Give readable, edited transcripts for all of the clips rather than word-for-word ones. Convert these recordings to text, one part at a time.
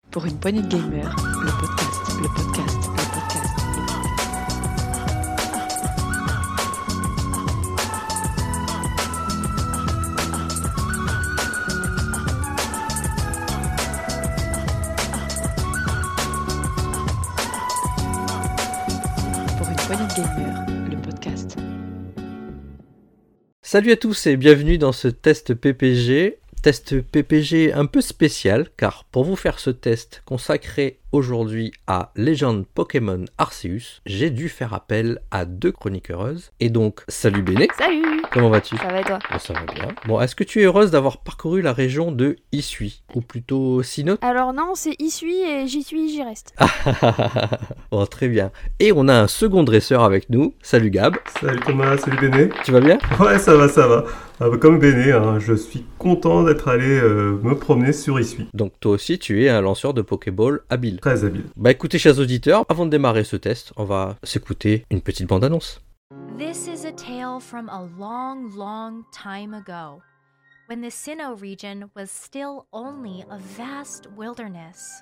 Pour une poignée de gamers, le podcast, le podcast, le podcast. Pour une poignée de gamers, le podcast. Salut à tous et bienvenue dans ce test PPG. Test PPG un peu spécial car pour vous faire ce test consacré aujourd'hui à Légende Pokémon Arceus, j'ai dû faire appel à deux chroniqueuses. Et donc, salut Béné. Salut! Comment vas-tu? Ça va et toi? Ça va bien. Bon, est-ce que tu es heureuse d'avoir parcouru la région de Hisui? Ou plutôt Sinnoh? Alors non, c'est y suis et j'y suis, j'y reste. Bon, très bien. Et on a un second dresseur avec nous. Salut Gab. Salut Thomas, salut Béné. Tu vas bien? Ouais, ça va. Comme Béné, je suis content d'être allé me promener sur Issui. Donc toi aussi, tu es un lanceur de Pokéball habile. Très habile. Bah écoutez, chers auditeurs, avant de démarrer ce test, on va s'écouter une petite bande-annonce. This is a tale from a long, long time ago, when the Sinnoh region was still only a vast wilderness.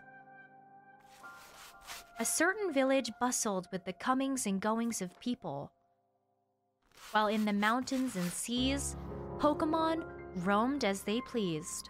A certain village bustled with the comings and goings of people, while in the mountains and seas, Pokémon roamed as they pleased.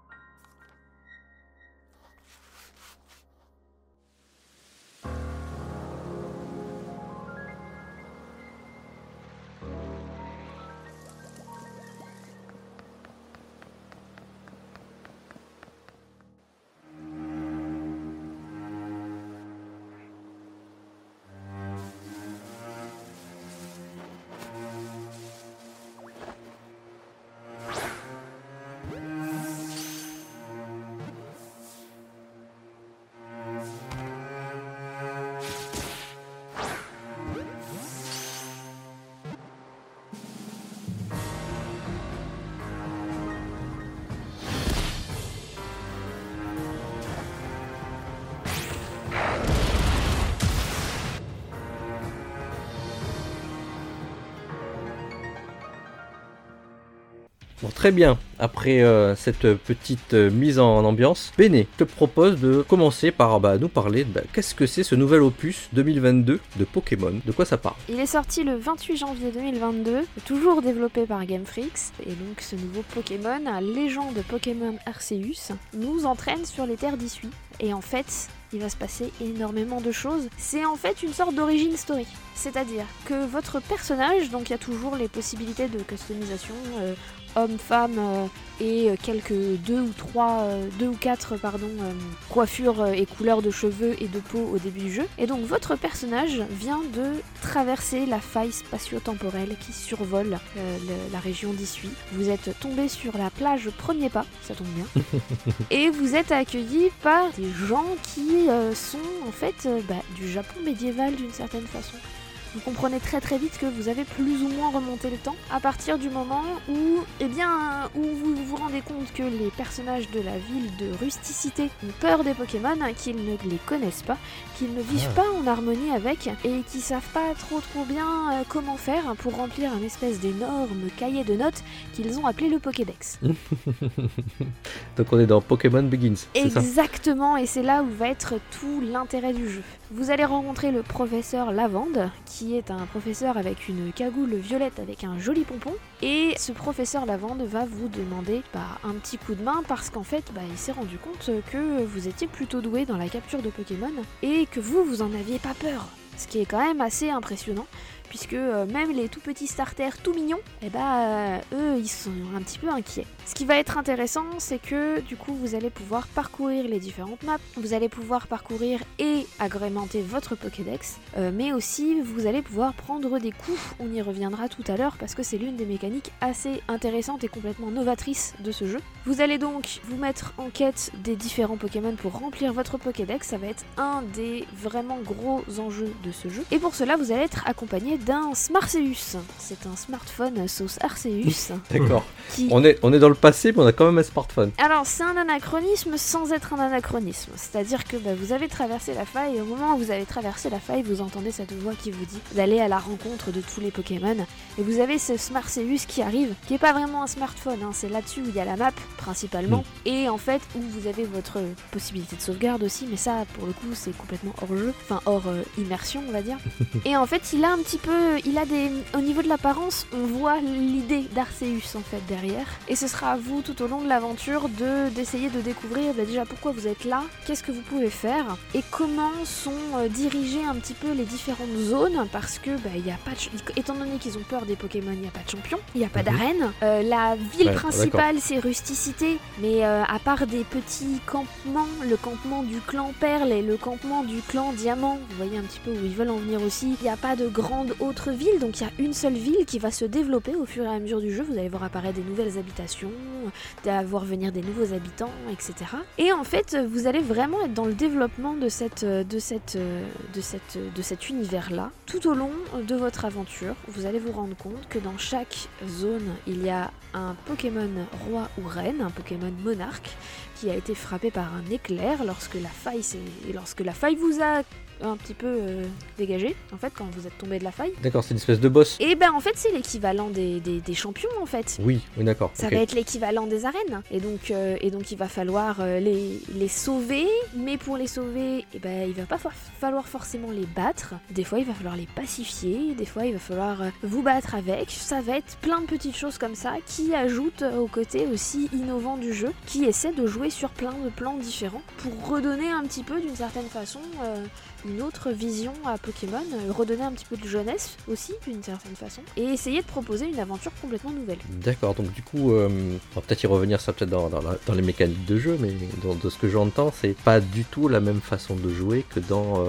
Bon, très bien. Après cette petite mise en ambiance, Béné, je te propose de commencer par nous parler de qu'est-ce que c'est ce nouvel opus 2022 de Pokémon, de quoi ça parle? Il est sorti le 28 janvier 2022, toujours développé par Game Freak, et donc ce nouveau Pokémon, Légende Pokémon Arceus, nous entraîne sur les terres d'Issui. Et en fait, il va se passer énormément de choses. C'est en fait une sorte d'origin story. C'est-à-dire que votre personnage, donc il y a toujours les possibilités de customisation, homme, femme et quelques deux ou quatre coiffures et couleurs de cheveux et de peau au début du jeu. Et donc votre personnage vient de traverser la faille spatio-temporelle qui survole la région d'Issui. Vous êtes tombé sur la plage Premier Pas, ça tombe bien. Et vous êtes accueilli par des gens qui sont en fait du Japon médiéval d'une certaine façon. Vous comprenez très très vite que vous avez plus ou moins remonté le temps à partir du moment où vous vous rendez compte que les personnages de la ville de Rusticité ont peur des Pokémon, qu'ils ne les connaissent pas, qu'ils ne vivent pas en harmonie avec et qui savent pas trop bien comment faire pour remplir un espèce d'énorme cahier de notes qu'ils ont appelé le Pokédex. Donc on est dans Pokémon Begins, c'est ça? Exactement, et c'est là où va être tout l'intérêt du jeu. Vous allez rencontrer le professeur Lavande, qui est un professeur avec une cagoule violette avec un joli pompon, et ce professeur Lavande va vous demander un petit coup de main parce qu'en fait il s'est rendu compte que vous étiez plutôt doué dans la capture de Pokémon et que vous en aviez pas peur, ce qui est quand même assez impressionnant. Puisque même les tout petits starters tout mignons, eux ils sont un petit peu inquiets. Ce qui va être intéressant, c'est que du coup vous allez pouvoir parcourir les différentes maps, vous allez pouvoir parcourir et agrémenter votre Pokédex, mais aussi vous allez pouvoir prendre des coups, on y reviendra tout à l'heure parce que c'est l'une des mécaniques assez intéressantes et complètement novatrices de ce jeu. Vous allez donc vous mettre en quête des différents Pokémon pour remplir votre Pokédex, ça va être un des vraiment gros enjeux de ce jeu. Et pour cela vous allez être accompagné d'un Smartceus. C'est un smartphone sauce Arceus. D'accord. On est dans le passé, mais on a quand même un smartphone. Alors, c'est un anachronisme sans être un anachronisme. C'est-à-dire que vous avez traversé la faille, et au moment où vous avez traversé la faille, vous entendez cette voix qui vous dit d'aller à la rencontre de tous les Pokémon. Et vous avez ce Smartceus qui arrive, qui est pas vraiment un smartphone, c'est là-dessus où il y a la map. principalement, et en fait où vous avez votre possibilité de sauvegarde aussi, mais ça pour le coup c'est complètement hors jeu, enfin hors immersion on va dire. Et en fait il a un petit peu, au niveau de l'apparence, on voit l'idée d'Arceus en fait derrière, et ce sera à vous tout au long de l'aventure d'essayer de découvrir déjà pourquoi vous êtes là, qu'est-ce que vous pouvez faire, et comment sont dirigées un petit peu les différentes zones, parce que y a pas étant donné qu'ils ont peur des Pokémon, il n'y a pas de champion, il n'y a pas d'arène, la ville principale c'est Rusticité, mais à part des petits campements, le campement du clan Perle et le campement du clan Diamant, vous voyez un petit peu où ils veulent en venir aussi, il n'y a pas de grande autre ville, donc il y a une seule ville qui va se développer au fur et à mesure du jeu, vous allez voir apparaître des nouvelles habitations, voir venir des nouveaux habitants, etc. Et en fait, vous allez vraiment être dans le développement de cet univers-là. Tout au long de votre aventure, vous allez vous rendre compte que dans chaque zone, il y a un Pokémon roi ou reine, un Pokémon monarque, qui a été frappé par un éclair lorsque la faille vous a un petit peu dégagé, en fait, quand vous êtes tombé de la faille. D'accord, c'est une espèce de boss. Et en fait, c'est l'équivalent des champions, en fait. Oui, d'accord. Ça va être l'équivalent des arènes. Et donc il va falloir les sauver, mais pour les sauver, il va pas falloir forcément les battre. Des fois, il va falloir les pacifier, des fois, il va falloir vous battre avec. Ça va être plein de petites choses comme ça qui ajoutent au côté aussi innovant du jeu, qui essaie de jouer sur plein de plans différents pour redonner un petit peu, d'une certaine façon, une autre vision à Pokémon, redonner un petit peu de jeunesse aussi d'une certaine façon, et essayer de proposer une aventure complètement nouvelle. D'accord, donc du coup, on va peut-être y revenir ça peut-être dans les mécaniques de jeu, mais de ce que j'entends, c'est pas du tout la même façon de jouer que dans...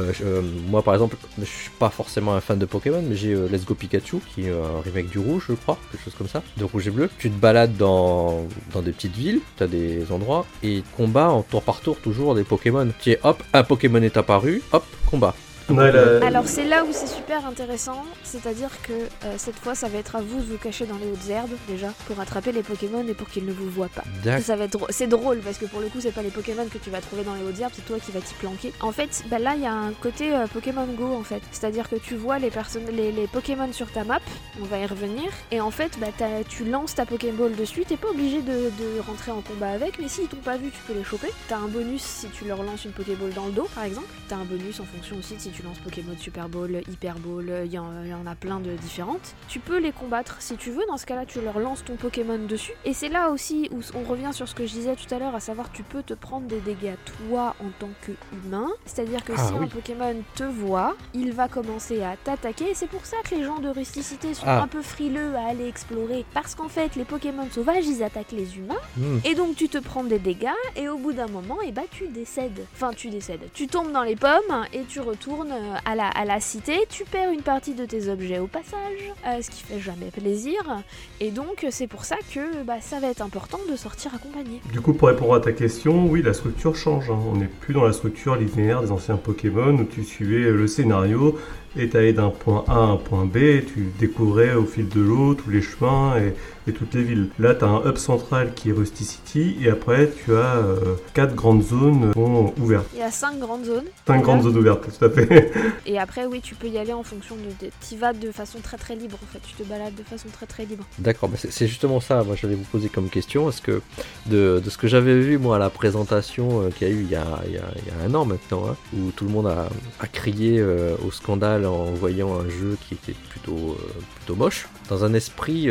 moi par exemple, je suis pas forcément un fan de Pokémon, mais j'ai Let's Go Pikachu, qui est un remake du rouge, je crois, quelque chose comme ça, de rouge et bleu. Tu te balades dans des petites villes, tu as des endroits, et combat en tour par tour toujours des Pokémon. Tu es hop, un Pokémon est apparu, hop, combat. Alors c'est là où c'est super intéressant, c'est-à-dire que cette fois ça va être à vous de vous cacher dans les hautes herbes déjà pour attraper les Pokémon et pour qu'ils ne vous voient pas. Ça va être c'est drôle parce que pour le coup c'est pas les Pokémon que tu vas trouver dans les hautes herbes, c'est toi qui vas t'y planquer. En fait là il y a un côté Pokémon Go en fait, c'est-à-dire que tu vois les Pokémon sur ta map, on va y revenir, et en fait tu lances ta Pokéball dessus, t'es pas obligé de rentrer en combat avec, mais s'ils t'ont pas vu tu peux les choper. T'as un bonus si tu leur lances une Pokéball dans le dos par exemple, t'as un bonus en fonction aussi de si tu lances Pokémon Super Ball, Hyper Ball, il y en a plein de différentes. Tu peux les combattre si tu veux, dans ce cas-là tu leur lances ton Pokémon dessus. Et c'est là aussi où on revient sur ce que je disais tout à l'heure, à savoir tu peux te prendre des dégâts toi en tant qu'humain. C'est-à-dire que si un Pokémon te voit, il va commencer à t'attaquer. Et c'est pour ça que les gens de Rusticité sont un peu frileux à aller explorer. Parce qu'en fait les Pokémon sauvages ils attaquent les humains. Et donc tu te prends des dégâts et au bout d'un moment tu décèdes. Tu tombes dans les pommes et tu retournes à la cité, tu perds une partie de tes objets au passage, ce qui fait jamais plaisir, et donc c'est pour ça que ça va être important de sortir accompagné. Du coup, pour répondre à ta question, oui, la structure change, hein. On n'est plus dans la structure linéaire des anciens Pokémon où tu suivais le scénario et tu allais d'un point A à un point B, et tu découvrais au fil de l'eau tous les chemins et toutes les villes. Là, tu as un hub central qui est Rusticity, et après, tu as 4 grandes zones ouvertes. Il y a 5 grandes zones. 5 grandes zones ouvertes, tout à fait. Et après, oui, tu peux y aller en fonction de... Tu vas de façon très très libre, en fait. Tu te balades de façon très très libre. D'accord, c'est justement ça, moi j'allais vous poser comme question, est-ce que de ce que j'avais vu, moi, à la présentation qu'il y a eu il y a un an maintenant, hein, où tout le monde a crié au scandale en voyant un jeu qui était plutôt moche, dans un esprit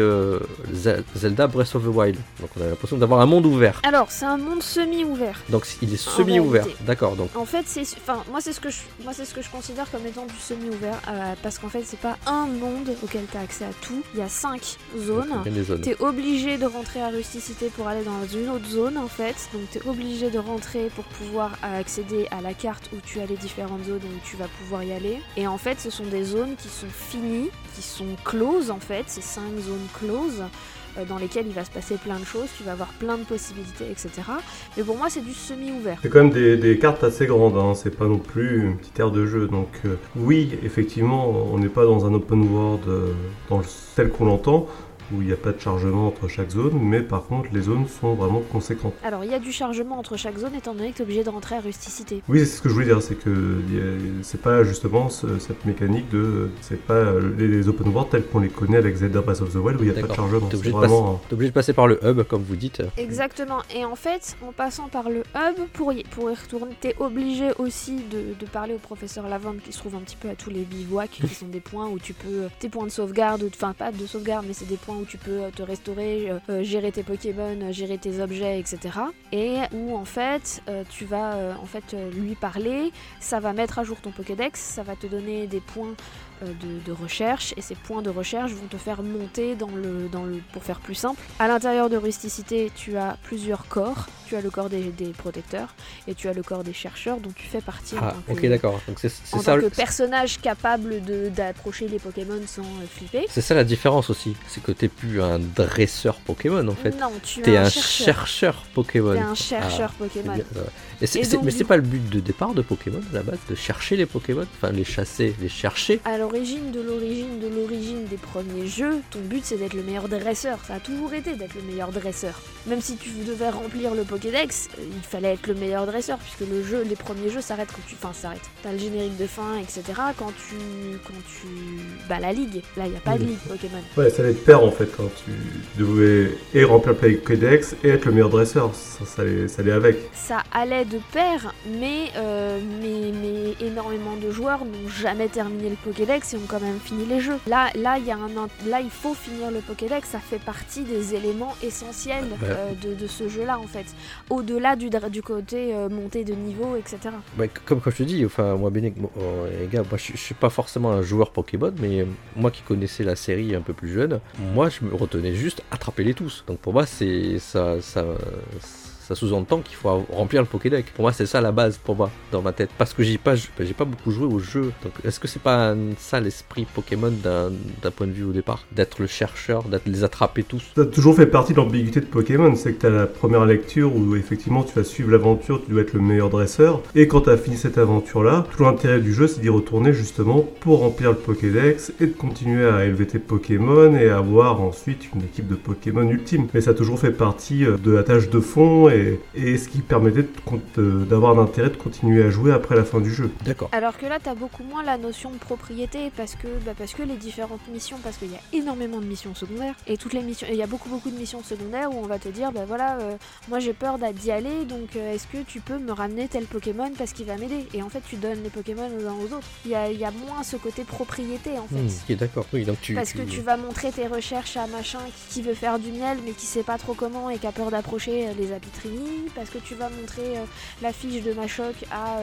Zelda Breath of the Wild. Donc on a l'impression d'avoir un monde ouvert. Alors, c'est un monde semi-ouvert. Donc il est semi-ouvert, d'accord. Donc en fait, moi c'est ce que je considère comme étant du semi-ouvert, parce qu'en fait, c'est pas un monde auquel tu as accès à tout. Il y a 5 zones. T'es obligé de rentrer à Rusticité pour aller dans une autre zone, en fait. Donc t'es obligé de rentrer pour pouvoir accéder à la carte où tu as les différentes zones où tu vas pouvoir y aller. Et en fait, ce sont des zones qui sont finies, qui sont closes, en fait. C'est 5 zones closes dans lesquelles il va se passer plein de choses, tu vas avoir plein de possibilités, etc. Mais pour moi, c'est du semi-ouvert. C'est quand même des cartes assez grandes, hein. C'est pas non plus une petite aire de jeu. Donc oui, effectivement, on n'est pas dans un open world tel qu'on l'entend, où il n'y a pas de chargement entre chaque zone, mais par contre les zones sont vraiment conséquentes. Alors il y a du chargement entre chaque zone étant donné que tu es obligé de rentrer à rusticité. Oui, c'est ce que je voulais dire, c'est que c'est pas justement cette mécanique c'est pas les open world tels qu'on les connaît avec Zelda Breath of the Wild où il n'y a pas de D'accord. chargement. T'es C'est obligé, vraiment... t'es obligé de passer par le hub, comme vous dites. Exactement, et en fait, en passant par le hub, pour y retourner, t'es obligé aussi de parler au professeur Lavande qui se trouve un petit peu à tous les bivouacs, qui sont des points où tu peux, tes points de sauvegarde, enfin pas de sauvegarde, mais c'est des points où tu peux te restaurer, gérer tes Pokémon, gérer tes objets, etc. Et où en fait, tu vas lui parler, ça va mettre à jour ton Pokédex, ça va te donner des points de recherche, et ces points de recherche vont te faire monter pour faire plus simple. À l'intérieur de Rusticité, tu as plusieurs corps. Tu as le corps des protecteurs et tu as le corps des chercheurs dont tu fais partie Ah, en tant ok, d'accord. Donc c'est en ça, tant que personnage capable d'approcher les Pokémon sans flipper. c'est ça la différence aussi. C'est que t'es plus un dresseur Pokémon en fait. Non, tu T'es es un chercheur. chercheur Pokémon. T'es un chercheur C'est Pokémon. bien, ouais. Et Et donc, mais du c'est pas le but de départ de Pokémon à la base, de chercher les Pokémon, enfin les chasser, les chercher. À l'origine des premiers jeux, ton but c'est d'être le meilleur dresseur. Ça a toujours été d'être le meilleur dresseur. Même si tu devais remplir le Pokédex, il fallait être le meilleur dresseur puisque les premiers jeux s'arrêtent quand tu... Enfin, s'arrêtent. T'as le générique de fin, etc. Quand tu... Bah, la ligue. Là, il n'y a pas de ligue Pokémon. Ouais, ça allait de pair en fait, quand tu devais et remplir le Pokédex et être le meilleur dresseur, ça allait avec. Ça allait de pair, mais énormément de joueurs n'ont jamais terminé le Pokédex et ont quand même fini les jeux. Là, il faut finir le Pokédex, ça fait partie des éléments essentiels de ce jeu-là en fait. Au-delà du côté montée de niveau, etc. Bah, comme je te dis, enfin moi les gars, moi je suis pas forcément un joueur Pokémon, mais moi qui connaissais la série un peu plus jeune, moi je me retenais juste attraper-les tous. Donc pour moi c'est ça sous-entend qu'il faut remplir le Pokédex. Pour moi, c'est ça la base, pour moi, dans ma tête. Parce que j'ai pas beaucoup joué au jeu. Donc, est-ce que c'est pas ça l'esprit Pokémon d'un point de vue au départ? D'être le chercheur, d'être les attraper tous? Ça a toujours fait partie de l'ambiguïté de Pokémon, c'est que tu as la première lecture où effectivement tu vas suivre l'aventure, tu dois être le meilleur dresseur. Et quand tu as fini cette aventure-là, tout l'intérêt du jeu, c'est d'y retourner justement pour remplir le Pokédex et de continuer à élever tes Pokémon et avoir ensuite une équipe de Pokémon ultime. Mais ça a toujours fait partie de la tâche de fond et ce qui permettait d'avoir l'intérêt de continuer à jouer après la fin du jeu. D'accord. Alors que là, t'as beaucoup moins la notion de propriété parce que les différentes missions, parce qu'il y a énormément de missions secondaires et toutes les missions, il y a beaucoup de missions secondaires où on va te dire, moi j'ai peur d'y aller, donc est-ce que tu peux me ramener tel Pokémon parce qu'il va m'aider? Et en fait, tu donnes les Pokémon aux uns aux autres. Il y a moins ce côté propriété en fait. Ok, d'accord. Oui, donc que tu vas montrer tes recherches à machin qui veut faire du miel mais qui sait pas trop comment et qui a peur d'approcher les apitries, parce que tu vas montrer la fiche de Machoc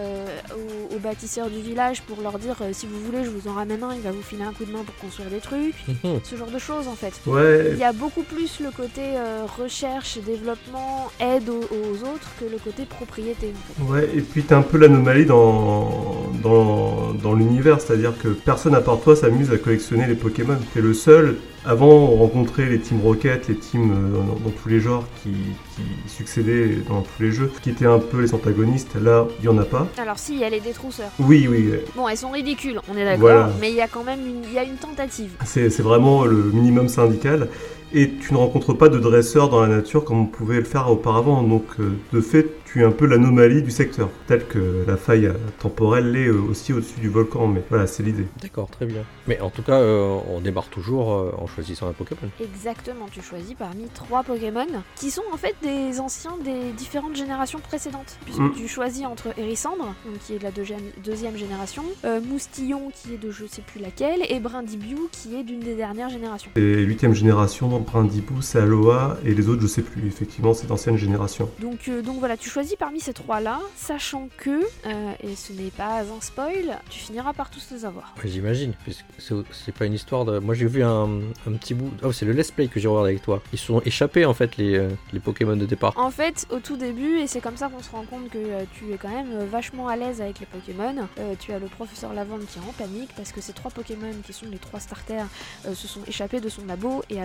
aux bâtisseurs du village pour leur dire si vous voulez je vous en ramène un, il va vous filer un coup de main pour construire des trucs, ce genre de choses en fait. Ouais. Il y a beaucoup plus le côté recherche, développement, aide aux autres que le côté propriété en fait. Ouais, et puis t'as un peu l'anomalie dans l'univers, c'est-à-dire que personne à part toi s'amuse à collectionner les Pokémon. T'es le seul. Avant, on rencontrait les Team Rocket, les teams dans tous les genres qui succédaient dans tous les jeux, qui étaient un peu les antagonistes. Là, il n'y en a pas. Alors si, il y a les détrousseurs. Oui. Bon, elles sont ridicules, on est d'accord, Voilà. mais il y a quand même une tentative. C'est vraiment le minimum syndical. Et tu ne rencontres pas de dresseurs dans la nature comme on pouvait le faire auparavant. Donc, de fait, tu es un peu l'anomalie du secteur. Tel que la faille temporelle l'est aussi au-dessus du volcan. Mais voilà, c'est l'idée. D'accord, très bien. Mais en tout cas, on démarre toujours en choisissant un Pokémon. Exactement, tu choisis parmi 3 Pokémon qui sont en fait des anciens des différentes générations précédentes. Puisque tu choisis entre Hérissandre, donc qui est de la deuxième génération, Moustillon qui est de je sais plus laquelle, et Brindibou qui est d'une des dernières générations. C'est 8ème génération, donc Brindibou, c'est Aloha, et les autres, je sais plus. Effectivement, c'est d'ancienne génération. Donc voilà, tu choisis parmi ces 3-là, sachant que, et ce n'est pas un spoil, tu finiras par tous les avoir. Ouais, j'imagine, puisque c'est pas une histoire de... Moi j'ai vu un petit bout... Oh, c'est le let's play que j'ai regardé avec toi. Ils sont échappés en fait, les Pokémon de départ. En fait, au tout début, et c'est comme ça qu'on se rend compte que tu es quand même vachement à l'aise avec les Pokémon, tu as le professeur Lavande qui est en panique parce que ces 3 Pokémon qui sont les 3 starters se sont échappés de son labo, et alors vite,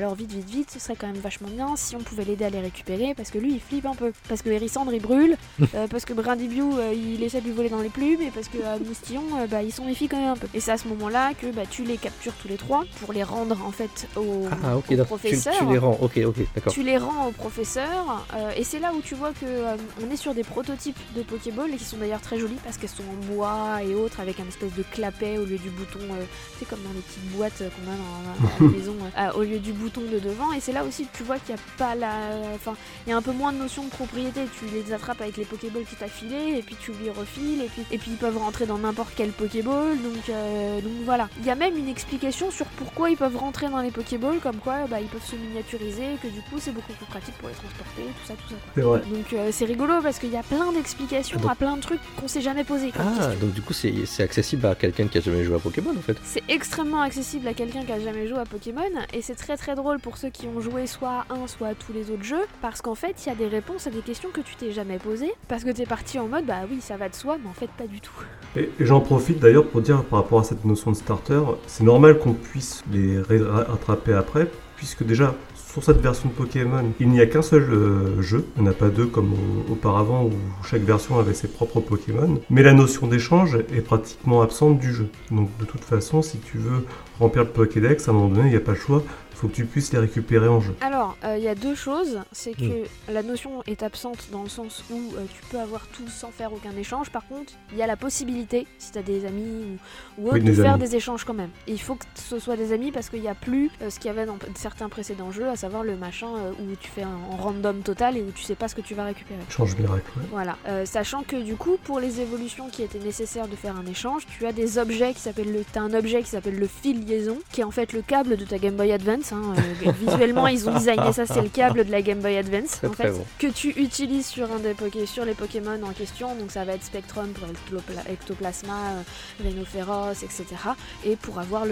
vite, ce serait quand même vachement bien si on pouvait l'aider à les récupérer, parce que lui il flippe un peu, parce que Hérissandre il brûle, parce que Brindibio il essaie de lui voler dans les plumes, et parce que Moustillon il s'en méfie quand même un peu. Et c'est à ce moment-là que tu les captures tous les trois pour les rendre en fait au professeur. Tu les rends, ok, d'accord. Tu les rends au professeur, et c'est là où tu vois que on est sur des prototypes de Pokéball qui sont d'ailleurs très jolies parce qu'elles sont en bois et autres avec un espèce de clapet au lieu du bouton, c'est comme dans les petites boîtes qu'on a dans la maison, au lieu du bouton de devant. Et c'est là aussi que tu vois qu'il y a pas il y a un peu moins de notion de propriété. Tu les attrapes avec les Pokéballs qui t'a filé et puis tu lui refiles et puis ils peuvent rentrer dans n'importe quel Pokéball. Donc voilà. Il y a même une explication sur pourquoi ils peuvent rentrer dans les Pokéballs, comme quoi ils peuvent se miniaturiser, que du coup c'est beaucoup plus pratique pour les transporter, tout ça quoi. C'est vrai. Donc c'est rigolo parce qu'il y a plein d'explications à plein de trucs qu'on s'est jamais posé. Donc du coup c'est accessible à quelqu'un qui a jamais joué à Pokémon en fait. C'est extrêmement accessible à quelqu'un qui a jamais joué à Pokémon, et c'est très très drôle pour ceux qui ont joué soit à un soit à tous les autres jeux, parce qu'en fait il y a des réponses à des questions que tu t'es jamais posées, parce que t'es parti en mode bah oui ça va de soi, mais en fait pas du tout. Et j'en profite d'ailleurs pour dire par rapport à cette notion de starter, c'est normal qu'on puisse les rattraper après, puisque déjà sur cette version de Pokémon, il n'y a qu'un seul jeu, il n'y en a pas deux comme auparavant où chaque version avait ses propres Pokémon, mais la notion d'échange est pratiquement absente du jeu. Donc de toute façon, si tu veux remplir le Pokédex, à un moment donné, il n'y a pas le choix, il faut que tu puisses les récupérer en jeu. Alors, il y a deux choses, c'est que la notion est absente dans le sens où tu peux avoir tout sans faire aucun échange. Par contre, il y a la possibilité, si tu as des amis ou autre, de faire des échanges quand même. Et il faut que ce soit des amis parce qu'il n'y a plus ce qu'il y avait dans certains précédents jeux, à savoir le machin où tu fais en random total et où tu sais pas ce que tu vas récupérer. Échange miracle, ouais. Voilà. Sachant que du coup, pour les évolutions qui étaient nécessaires de faire un échange, tu as des objets qui s'appellent t'as un objet qui s'appelle le fil liaison, qui est en fait le câble de ta Game Boy Advance. Visuellement, ils ont designé ça, c'est le câble de la Game Boy Advance, en fait, que tu utilises sur sur les Pokémon en question. Donc ça va être Spectrum pour Ectoplasma, Rhinophéros, etc. Et pour avoir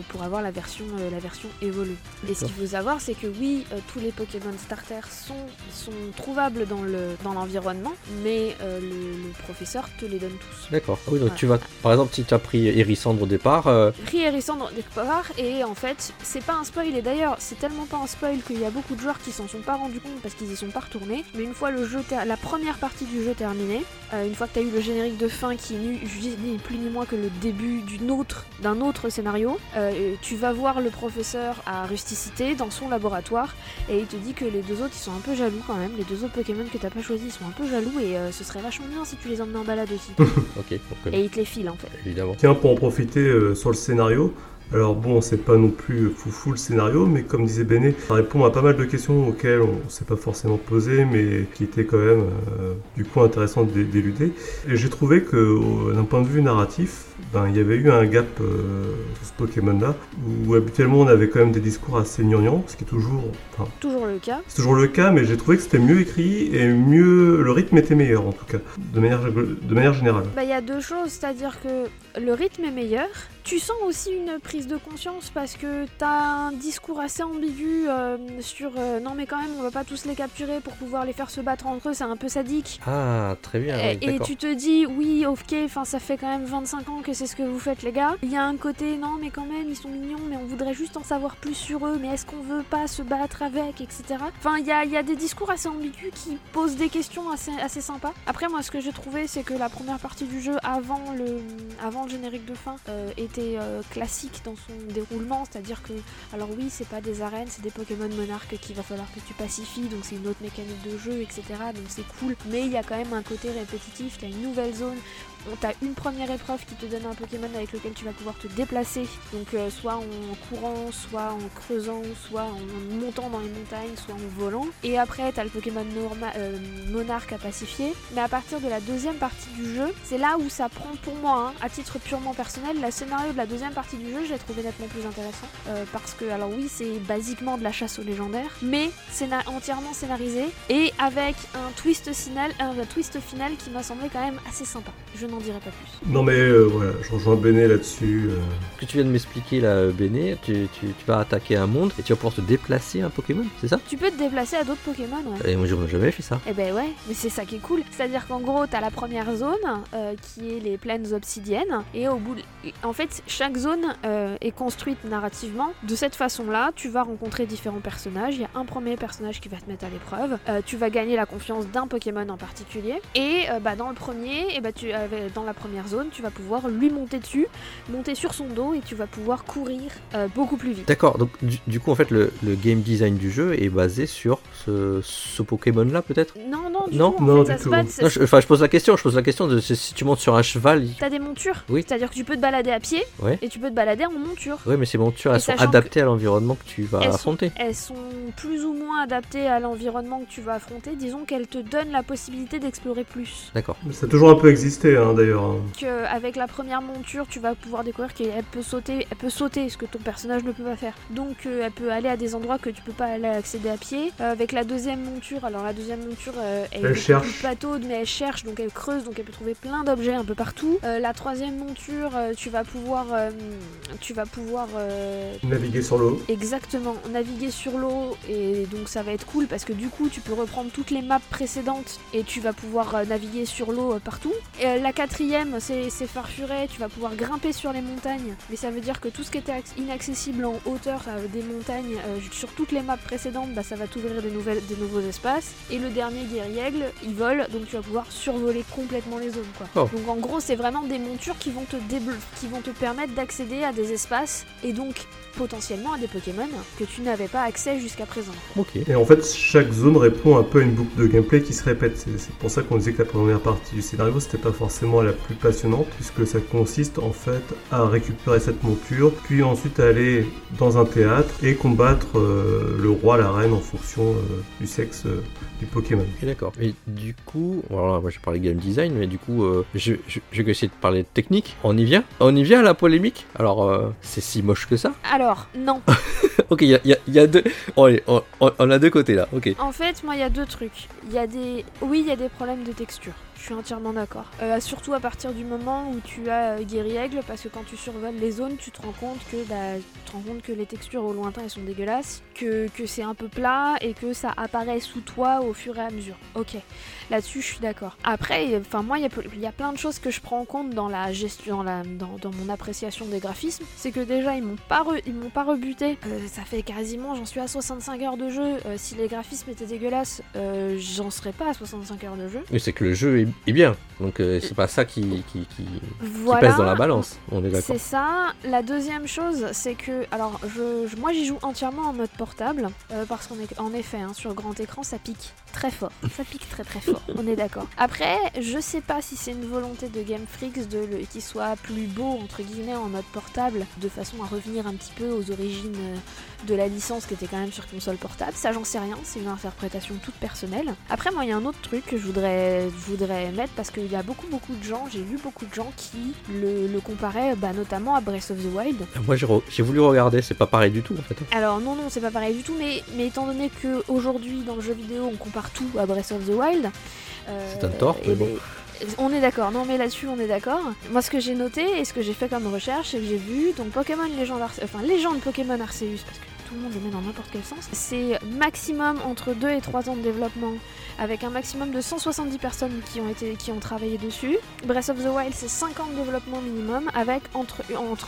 la version évoluée. Et ce qu'il faut savoir, c'est que oui, tous les Pokémon Starter sont trouvables dans l'environnement, mais le professeur te les donne tous. D'accord. Oui, donc tu vas, par exemple, si tu as pris Hérissandre au départ. Pris Hérissandre au départ, et en fait, c'est pas un spoil, et d'ailleurs, c'est tellement pas un spoil qu'il y a beaucoup de joueurs qui s'en sont pas rendus compte parce qu'ils y sont pas retournés. Mais une fois la première partie du jeu terminée, une fois que t'as eu le générique de fin qui n'est plus ni moins que le début d'un autre scénario, tu vas voir le professeur à Rusticité dans son laboratoire, et il te dit que les deux autres ils sont un peu jaloux quand même. Les deux autres Pokémon que t'as pas choisis ils sont un peu jaloux, et ce serait vachement bien si tu les emmenais en balade aussi. Ok. Et il te les file en fait. Évidemment. Tiens, pour en profiter sur le scénario. Alors bon, c'est pas non plus foufou le scénario, mais comme disait Béné, ça répond à pas mal de questions auxquelles on s'est pas forcément posé, mais qui étaient quand même du coup intéressantes d'éluder. Et j'ai trouvé que d'un point de vue narratif, il y avait eu un gap sur ce Pokémon-là, où habituellement on avait quand même des discours assez gnangnans, ce qui est toujours le cas. C'est toujours le cas, mais j'ai trouvé que c'était mieux écrit et le rythme était meilleur en tout cas, de manière générale. Il y a deux choses, c'est-à-dire que le rythme est meilleur. Tu sens aussi une prise de conscience parce que t'as un discours assez ambigu sur non mais quand même on va pas tous les capturer pour pouvoir les faire se battre entre eux, c'est un peu sadique. Ah très bien. Oui, et tu te dis oui ok, ça fait quand même 25 ans que c'est ce que vous faites les gars. Il y a un côté non mais quand même ils sont mignons mais on voudrait juste en savoir plus sur eux, mais est-ce qu'on veut pas se battre avec, etc. Enfin il y a des discours assez ambigus qui posent des questions assez sympas. Après moi ce que j'ai trouvé c'est que la première partie du jeu avant le générique de fin était classique dans son déroulement, c'est-à-dire que, alors oui, c'est pas des arènes, c'est des Pokémon monarques qu'il va falloir que tu pacifies, donc c'est une autre mécanique de jeu, etc. Donc c'est cool, mais il y a quand même un côté répétitif, t'as une nouvelle zone, t'as une première épreuve qui te donne un Pokémon avec lequel tu vas pouvoir te déplacer, donc soit en courant, soit en creusant, soit en montant dans les montagnes, soit en volant, et après t'as le Pokémon monarque à pacifier, mais à partir de la deuxième partie du jeu, c'est là où ça prend pour moi, à titre purement personnel, le scénario de la deuxième partie du jeu, je l'ai trouvé nettement plus intéressant, parce que, alors oui, c'est basiquement de la chasse aux légendaires, mais c'est entièrement scénarisé, et avec un twist final qui m'a semblé quand même assez sympa. Je n'en n'en dirai pas plus. Non mais voilà, je rejoins Béné là-dessus. Ce que tu viens de m'expliquer là, Béné, tu vas attaquer un monde et tu vas pouvoir te déplacer un Pokémon, c'est ça? Tu peux te déplacer à d'autres Pokémon, ouais. Et moi j'aurais jamais fait ça. Eh ben ouais, mais c'est ça qui est cool. C'est-à-dire qu'en gros, t'as la première zone qui est les plaines obsidiennes, et au bout, en fait, chaque zone est construite narrativement de cette façon-là. Tu vas rencontrer différents personnages. Il y a un premier personnage qui va te mettre à l'épreuve. Tu vas gagner la confiance d'un Pokémon en particulier. Et dans le premier, dans la première zone, tu vas pouvoir lui monter dessus, monter sur son dos, et tu vas pouvoir courir beaucoup plus vite. D'accord, donc du coup en fait le game design du jeu est basé sur ce Pokémon là peut-être? Non, non, du Non, tout. En non, fait, du ça tout. se bat, Non, je pose la question de si tu montes sur un cheval. T'as des montures. Oui. C'est-à-dire que tu peux te balader à pied Ouais. et tu peux te balader en monture. Oui, mais ces montures, Et elles sont sachant adaptées à l'environnement que tu vas elles affronter. Elles sont plus ou moins adaptées à l'environnement que tu vas affronter. Disons qu'elles te donnent la possibilité d'explorer plus. D'accord. Ça a toujours un peu existé d'ailleurs. Hein. Avec la première monture, tu vas pouvoir découvrir qu'elle peut sauter, ce que ton personnage ne peut pas faire. Donc elle peut aller à des endroits que tu peux pas aller accéder à pied. Avec la deuxième monture, elle est cherche. plus pataude, mais elle cherche, donc elle creuse, donc elle peut trouver plein d'objets un peu partout. La troisième monture, tu vas pouvoir Naviguer sur l'eau. exactement naviguer sur l'eau, et donc ça va être cool parce que du coup tu peux reprendre toutes les maps précédentes et tu vas pouvoir naviguer sur l'eau partout. La quatrième, c'est Farfuret, tu vas pouvoir grimper sur les montagnes, mais ça veut dire que tout ce qui était inaccessible en hauteur, des montagnes sur toutes les maps précédentes, ça va t'ouvrir des nouveaux espaces. Et le dernier Guériaigle, il vole, donc tu vas pouvoir survoler complètement les zones, quoi. Oh. Donc en gros c'est vraiment des montures qui vont te permettre d'accéder à des espaces et donc potentiellement à des Pokémon que tu n'avais pas accès jusqu'à présent. Ok. Et en fait, chaque zone répond un peu à une boucle de gameplay qui se répète. C'est pour ça qu'on disait que la première partie du scénario, c'était pas forcément la plus passionnante, puisque ça consiste en fait à récupérer cette monture, puis ensuite aller dans un théâtre et combattre le roi, la reine en fonction du sexe du Pokémon. Ok, d'accord. Et du coup, voilà, moi j'ai parlé game design, mais du coup, je vais essayer de parler de technique. On y vient à la polémique. Alors, c'est si moche que ça? Alors, non. Ok, il y a deux. On a deux côtés là. Ok. En fait, moi, il y a deux trucs. Il y a des problèmes de texture. Je suis entièrement d'accord. Surtout à partir du moment où tu as Guériaigle, parce que quand tu survoles les zones, tu te rends compte que les textures au lointain elles sont dégueulasses, que c'est un peu plat et que ça apparaît sous toi au fur et à mesure. Ok, là-dessus je suis d'accord. Après, moi il y a plein de choses que je prends en compte dans la gestion, dans mon appréciation des graphismes. C'est que déjà ils m'ont pas rebuté. Ça fait quasiment, j'en suis à 65 heures de jeu. Si les graphismes étaient dégueulasses, j'en serais pas à 65 heures de jeu. Mais c'est que le jeu est bien, donc c'est pas ça qui Voilà, pèse dans la balance. On est d'accord. c'est ça. La deuxième chose, c'est que, alors, moi j'y joue entièrement en mode portable, parce qu'en effet, sur grand écran, ça pique très fort. Ça pique très très fort, on est d'accord. Après, je sais pas si c'est une volonté de Game Freak qu'il soit plus beau, entre guillemets, en mode portable, de façon à revenir un petit peu aux origines de la licence qui était quand même sur console portable. Ça, j'en sais rien, c'est une interprétation toute personnelle. Après, moi, il y a un autre truc que je voudrais mettre, parce qu'il y a beaucoup de gens, j'ai vu beaucoup de gens qui le comparaient notamment à Breath of the Wild. Moi j'ai voulu regarder, c'est pas pareil du tout en fait. Alors non, c'est pas pareil du tout, mais étant donné qu'aujourd'hui dans le jeu vidéo on compare tout à Breath of the Wild, c'est un tort, mais bon. On est d'accord, non mais là-dessus on est d'accord. Moi ce que j'ai noté et ce que j'ai fait comme recherche, c'est que j'ai vu donc Légende Pokémon Arceus, parce que tout le monde le met dans n'importe quel sens, c'est maximum entre 2 et 3 ans de développement, avec un maximum de 170 personnes qui ont travaillé dessus. Breath of the Wild, c'est 5 ans de développement minimum, avec entre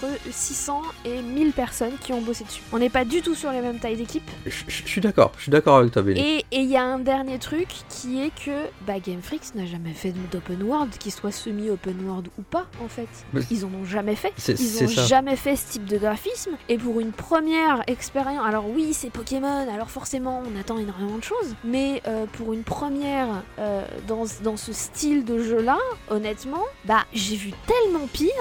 600 et 1000 personnes qui ont bossé dessus. On n'est pas du tout sur les mêmes tailles d'équipe. Je suis d'accord avec toi, Béné. Et il y a un dernier truc qui est que Game Freak n'a jamais fait d'open world, qu'il soit semi-open world ou pas, en fait. Mais ils en ont jamais fait. C'est Ils ça. ont jamais fait ce type de graphisme. Et pour une première expérience, alors oui, c'est Pokémon, alors forcément on attend énormément de choses, mais pour une première dans ce style de jeu-là, honnêtement, j'ai vu tellement pire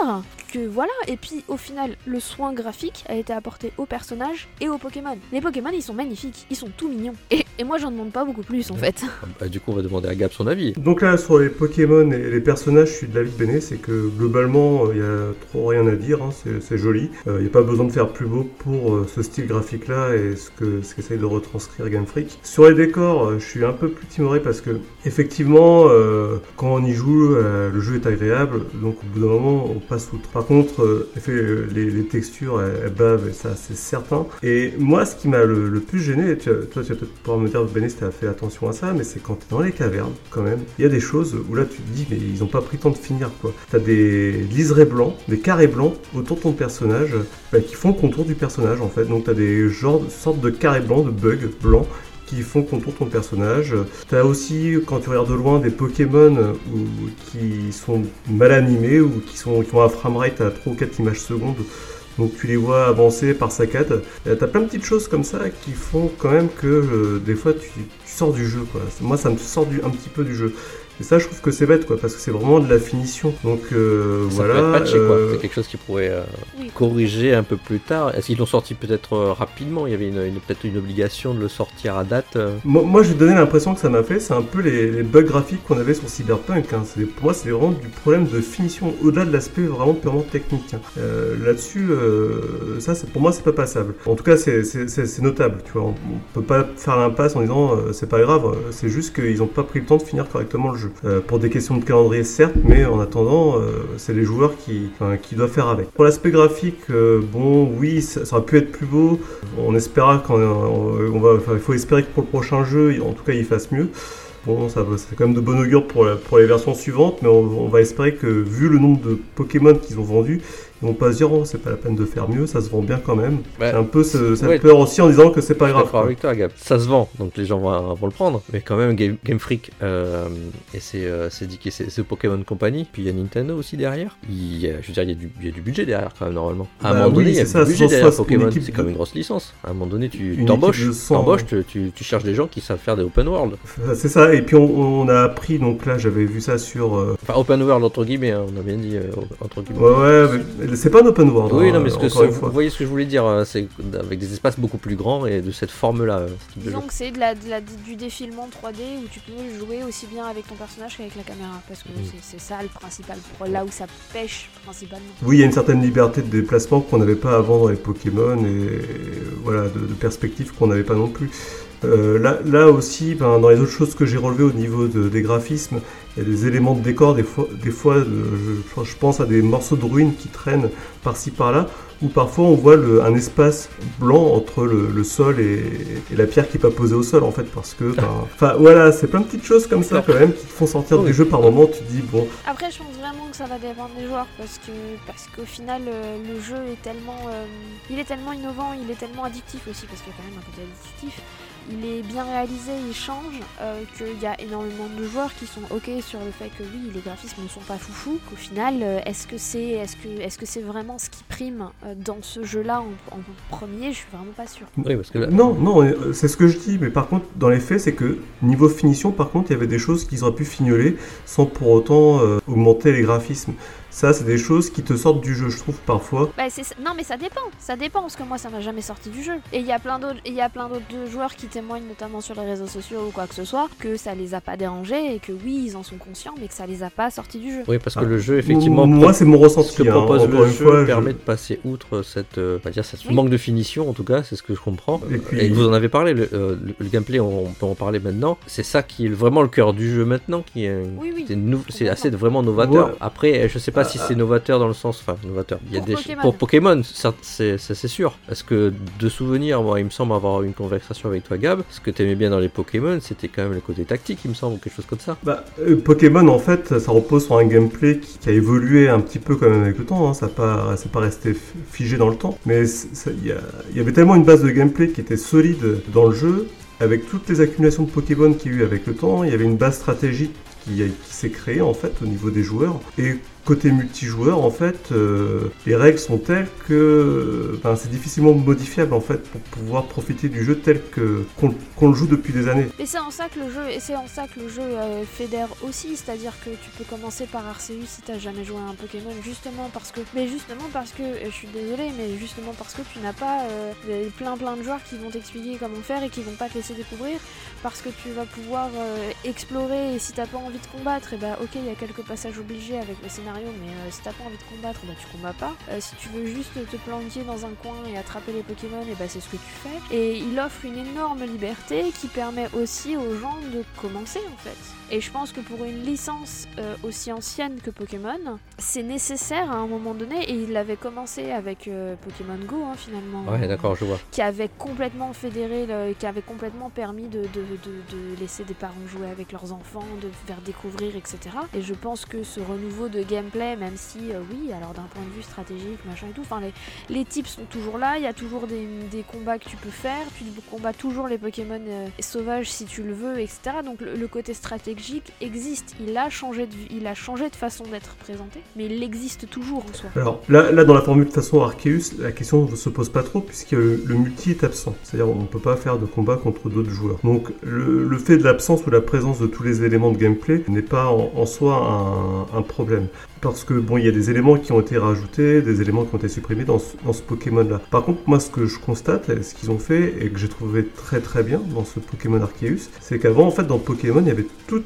que voilà, et puis au final, le soin graphique a été apporté aux personnages et aux Pokémon. Les Pokémon, ils sont magnifiques, ils sont tout mignons. Et moi, j'en demande pas beaucoup plus en fait. Du coup, on va demander à Gab son avis. Donc là, sur les Pokémon et les personnages, je suis de l'avis de Béné, c'est que globalement, il y a trop rien à dire, hein, c'est joli. Il n'y a pas besoin de faire plus beau pour ce style graphique-là et ce qu'essaye de retranscrire Game Freak. Sur les décors, je suis un peu plus timoré parce que, effectivement, quand on y joue, le jeu est agréable, donc au bout d'un moment, on passe outre. Par contre, les textures, elles bavent, et ça, c'est certain. Et moi, ce qui m'a le plus gêné, toi, tu vas peut-être pouvoir me dire, Béné, si tu as fait attention à ça, mais c'est quand tu es dans les cavernes, quand même, il y a des choses où là, tu te dis, mais ils n'ont pas pris le temps de finir, quoi. Tu as des liserés blancs, des carrés blancs autour de ton personnage, qui font le contour du personnage, en fait. Donc, tu as des sortes de carrés blancs, de bugs blancs, qui font contour ton personnage. Tu as aussi, quand tu regardes de loin, des Pokémon qui sont mal animés ou qui ont un framerate à 3 ou 4 images secondes. Donc tu les vois avancer par saccades. T'as plein de petites choses comme ça qui font quand même que des fois tu sors du jeu, quoi. Moi ça me sort un petit peu du jeu. Et ça je trouve que c'est bête, quoi, parce que c'est vraiment de la finition. Donc ça voilà. peut être patché, quoi. C'est quelque chose qui pourrait corriger un peu plus tard. Est-ce qu'ils l'ont sorti peut-être rapidement? Il y avait peut-être une obligation de le sortir à date. Moi j'ai donné l'impression que ça m'a fait, c'est un peu les bugs graphiques qu'on avait sur Cyberpunk, hein. Pour moi c'est vraiment du problème de finition, au-delà de l'aspect vraiment purement technique, hein. Là-dessus, ça pour moi c'est pas passable. En tout cas c'est notable, tu vois. On peut pas faire l'impasse en disant c'est pas grave, c'est juste qu'ils ont pas pris le temps de finir correctement le jeu. Pour des questions de calendrier certes, mais en attendant c'est les joueurs qui doivent faire avec. Pour l'aspect graphique, bon oui ça aurait pu être plus beau, on espéra il faut espérer que pour le prochain jeu en tout cas il fasse mieux. Bon, c'est quand même de bon augure pour les versions suivantes, mais on va espérer que vu le nombre de Pokémon qu'ils ont vendus, ils vont pas se dire, oh, c'est pas la peine de faire mieux, ça se vend bien quand même. Ouais. J'ai un peu cette peur aussi en disant que c'est pas grave. Je suis d'accord avec toi, Gab. Ça se vend, donc les gens vont le prendre. Mais quand même, Game Freak, et c'est Pokémon Company, puis il y a Nintendo aussi derrière. Il y a du budget derrière quand même, normalement. À un moment donné, il y a du budget derrière Pokémon. C'est comme une grosse licence. À un moment donné, tu t'embauches, tu cherches des gens qui savent faire des open world. C'est ça, et puis on a appris, donc là j'avais vu ça sur... Enfin, open world entre guillemets, hein, on a bien dit entre guillemets. Ouais, mais c'est pas un open world. Oui, non, mais vous voyez ce que je voulais dire, c'est avec des espaces beaucoup plus grands et de cette forme-là. Donc c'est du défilement 3D où tu peux jouer aussi bien avec ton personnage qu'avec la caméra, parce que c'est ça le principal, là où ça pêche principalement. Oui, il y a une certaine liberté de déplacement qu'on n'avait pas avant dans les Pokémon, et voilà, de perspectives qu'on n'avait pas non plus. Là aussi, dans les autres choses que j'ai relevées au niveau des graphismes, il y a des éléments de décor, des fois je pense à des morceaux de ruines qui traînent par-ci par-là, où parfois on voit un espace blanc entre le sol et la pierre qui n'est pas posée au sol, en fait, parce que voilà, c'est plein de petites choses comme ça quand même qui te font sortir du jeu par moment. Tu te dis bon. Après, je pense vraiment que ça va dépendre des joueurs, parce qu'au final le jeu est tellement innovant, il est tellement addictif aussi, parce qu'il y a quand même un côté addictif. Il est bien réalisé, il change, qu'il y a énormément de joueurs qui sont ok sur le fait que oui, les graphismes ne sont pas foufou, qu'au final, est-ce que c'est vraiment ce qui prime dans ce jeu-là en premier? Je suis vraiment pas sûre. Oui, parce que là... Non, c'est ce que je dis, mais par contre, dans les faits, c'est que niveau finition, par contre, il y avait des choses qu'ils auraient pu fignoler sans pour autant augmenter les graphismes. Ça, c'est des choses qui te sortent du jeu, je trouve, parfois. Non, mais ça dépend, parce que moi, ça m'a jamais sorti du jeu. Et il y a plein d'autres joueurs qui témoignent, notamment sur les réseaux sociaux ou quoi que ce soit, que ça les a pas dérangés et que oui, ils en sont conscients, mais que ça les a pas sortis du jeu. Oui, parce que le jeu, effectivement... Moi, c'est mon ressenti. Ce que propose le jeu permet de passer outre cette manque de finition, en tout cas, c'est ce que je comprends. Et vous en avez parlé, le gameplay, on peut en parler maintenant. C'est ça qui est vraiment le cœur du jeu maintenant, qui est... Oui. C'est assez vraiment novateur. Ouais. Après, je sais pas si c'est novateur dans le sens... Enfin, novateur. Il y a pour Pokémon, c'est sûr. Parce que de souvenir, moi, il me semble avoir eu une conversation avec toi, Gab. Ce que t'aimais bien dans les Pokémon, c'était quand même le côté tactique, il me semble, ou quelque chose comme ça. Pokémon, en fait, ça repose sur un gameplay qui a évolué un petit peu quand même avec le temps, hein. C'est pas resté figé dans le temps. Mais il y avait tellement une base de gameplay qui était solide dans le jeu. Avec toutes les accumulations de Pokémon qu'il y a eu avec le temps, il y avait une base stratégique qui s'est créé en fait au niveau des joueurs. Et côté multijoueur, en fait, les règles sont telles que c'est difficilement modifiable en fait pour pouvoir profiter du jeu tel qu'on le joue depuis des années. Et c'est en ça que le jeu fédère aussi, c'est-à-dire que tu peux commencer par Arceus si t'as jamais joué à un Pokémon, justement parce que je suis désolée, mais justement parce que tu n'as pas plein de joueurs qui vont t'expliquer comment faire et qui vont pas te laisser découvrir, parce que tu vas pouvoir explorer, et si t'as pas envie de combattre, et ok, il y a quelques passages obligés avec le scénario, mais si t'as pas envie de combattre, tu combats pas. Si tu veux juste te planquer dans un coin et attraper les Pokémon, et c'est ce que tu fais. Et il offre une énorme liberté qui permet aussi aux gens de commencer en fait. Et je pense que pour une licence aussi ancienne que Pokémon, c'est nécessaire à un moment donné, et il l'avait commencé avec Pokémon Go finalement. Ouais, d'accord, je vois. Qui avait complètement fédéré, qui avait complètement permis de laisser des parents jouer avec leurs enfants, de faire découvrir, etc. Et je pense que ce renouveau de gameplay, même si, oui, alors d'un point de vue stratégique, machin et tout, les types sont toujours là, il y a toujours des combats que tu peux faire, tu combats toujours les Pokémon sauvages si tu le veux, etc. Donc le côté stratégique existe, il a changé de façon d'être présenté, mais il existe toujours en soi. Alors là dans la formule de façon Arceus, la question ne se pose pas trop puisque le multi est absent, c'est-à-dire on ne peut pas faire de combat contre d'autres joueurs. Donc le fait de l'absence ou la présence de tous les éléments de gameplay n'est pas en soi un problème. Parce que il y a des éléments qui ont été rajoutés, des éléments qui ont été supprimés dans ce Pokémon-là. Par contre, moi, ce que je constate, ce qu'ils ont fait, et que j'ai trouvé très très bien dans ce Pokémon Arceus, c'est qu'avant, en fait, dans Pokémon, il y avait tout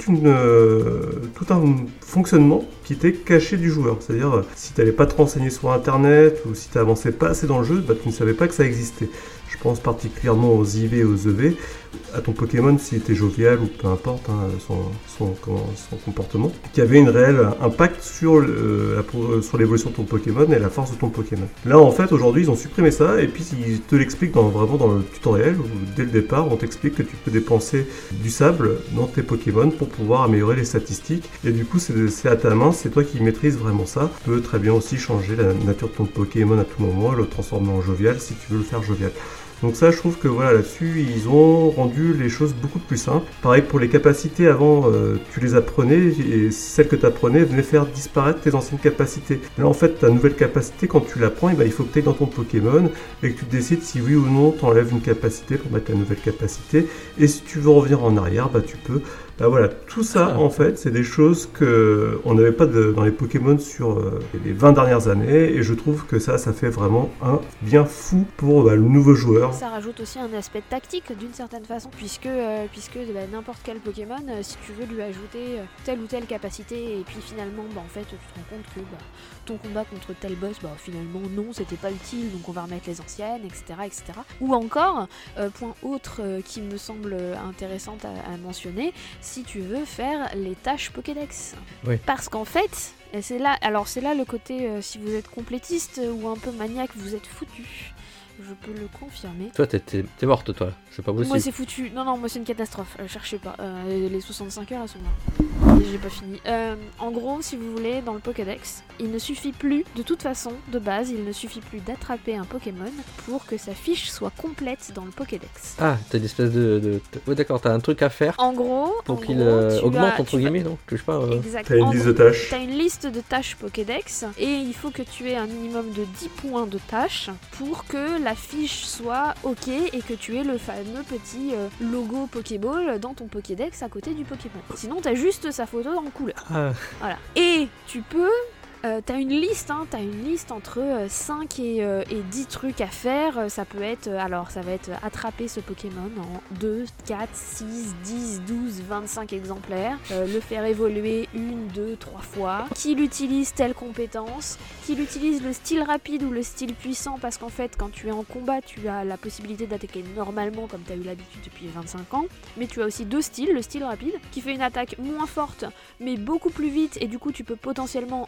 un fonctionnement qui était caché du joueur. C'est-à-dire, si tu n'allais pas te renseigner sur Internet, ou si tu n'avançais pas assez dans le jeu, tu ne savais pas que ça existait. Je pense particulièrement aux IV et aux EV, à ton Pokémon s'il était jovial ou peu importe son comportement, qui avait un réel impact sur l'évolution de ton Pokémon et la force de ton Pokémon. Là en fait aujourd'hui ils ont supprimé ça et puis ils te l'expliquent vraiment dans le tutoriel où dès le départ on t'explique que tu peux dépenser du sable dans tes Pokémon pour pouvoir améliorer les statistiques et du coup c'est à ta main, c'est toi qui maîtrises vraiment ça. Tu peux très bien aussi changer la nature de ton Pokémon à tout moment, le transformer en jovial si tu veux le faire jovial. Donc ça, je trouve que là-dessus, ils ont rendu les choses beaucoup plus simples. Pareil pour les capacités, avant, tu les apprenais et celles que tu apprenais venaient faire disparaître tes anciennes capacités. Là, en fait, ta nouvelle capacité, quand tu l'apprends, il faut que tu ailles dans ton Pokémon et que tu décides si oui ou non tu enlèves une capacité pour mettre ta nouvelle capacité. Et si tu veux revenir en arrière, tu peux. Tout ça, en fait, c'est des choses qu'on n'avait pas dans les Pokémon sur les 20 dernières années, et je trouve que ça fait vraiment un bien fou pour le nouveau joueur. Ça rajoute aussi un aspect tactique d'une certaine façon, puisque n'importe quel Pokémon, si tu veux lui ajouter telle ou telle capacité, et puis finalement, en fait, tu te rends compte que ton combat contre tel boss, finalement, non, c'était pas utile, donc on va remettre les anciennes, etc. etc. Ou encore, point autre qui me semble intéressant à mentionner, si tu veux faire les tâches Pokédex. Oui. Parce qu'en fait, c'est là le côté, si vous êtes complétiste ou un peu maniaque, vous êtes foutu. Je peux le confirmer. Toi, t'es morte, toi. C'est pas possible. Moi, c'est foutu. Non, moi, c'est une catastrophe. Cherchez pas. Les 65 heures, elles sont là. J'ai pas fini. En gros, si vous voulez, dans le Pokédex, il ne suffit plus, de toute façon, de base, il ne suffit plus d'attraper un Pokémon pour que sa fiche soit complète dans le Pokédex. Ah, t'as une espèce de... Ouais, d'accord, t'as un truc à faire. En gros, pour qu'il augmente, entre guillemets, non? Je sais pas. Exactement. T'as une liste de tâches. T'as une liste de tâches Pokédex, et il faut que tu aies un minimum de 10 points de tâches pour que la fiche soit ok et que tu aies le fameux petit logo Pokéball dans ton Pokédex à côté du Pokémon. Sinon, t'as juste sa photo en couleur. Ah. Voilà. Et tu peux... t'as une liste entre 5 et 10 trucs à faire. Ça peut être, ça va être attraper ce Pokémon en 2, 4, 6, 10, 12, 25 exemplaires, le faire évoluer 1, 2, 3 fois, qu'il utilise telle compétence, qu'il utilise le style rapide ou le style puissant, parce qu'en fait, quand tu es en combat, tu as la possibilité d'attaquer normalement, comme tu as eu l'habitude depuis 25 ans, mais tu as aussi 2 styles, le style rapide, qui fait une attaque moins forte, mais beaucoup plus vite, et du coup, tu peux potentiellement en enchaîner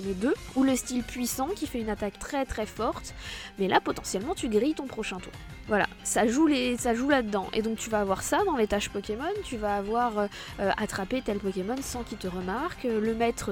enchaîner 2, ou le style puissant qui fait une attaque très très forte, mais là potentiellement tu grilles ton prochain tour. Voilà, ça joue là-dedans. Et donc tu vas avoir ça dans les tâches Pokémon, tu vas avoir attraper tel Pokémon sans qu'il te remarque, le mettre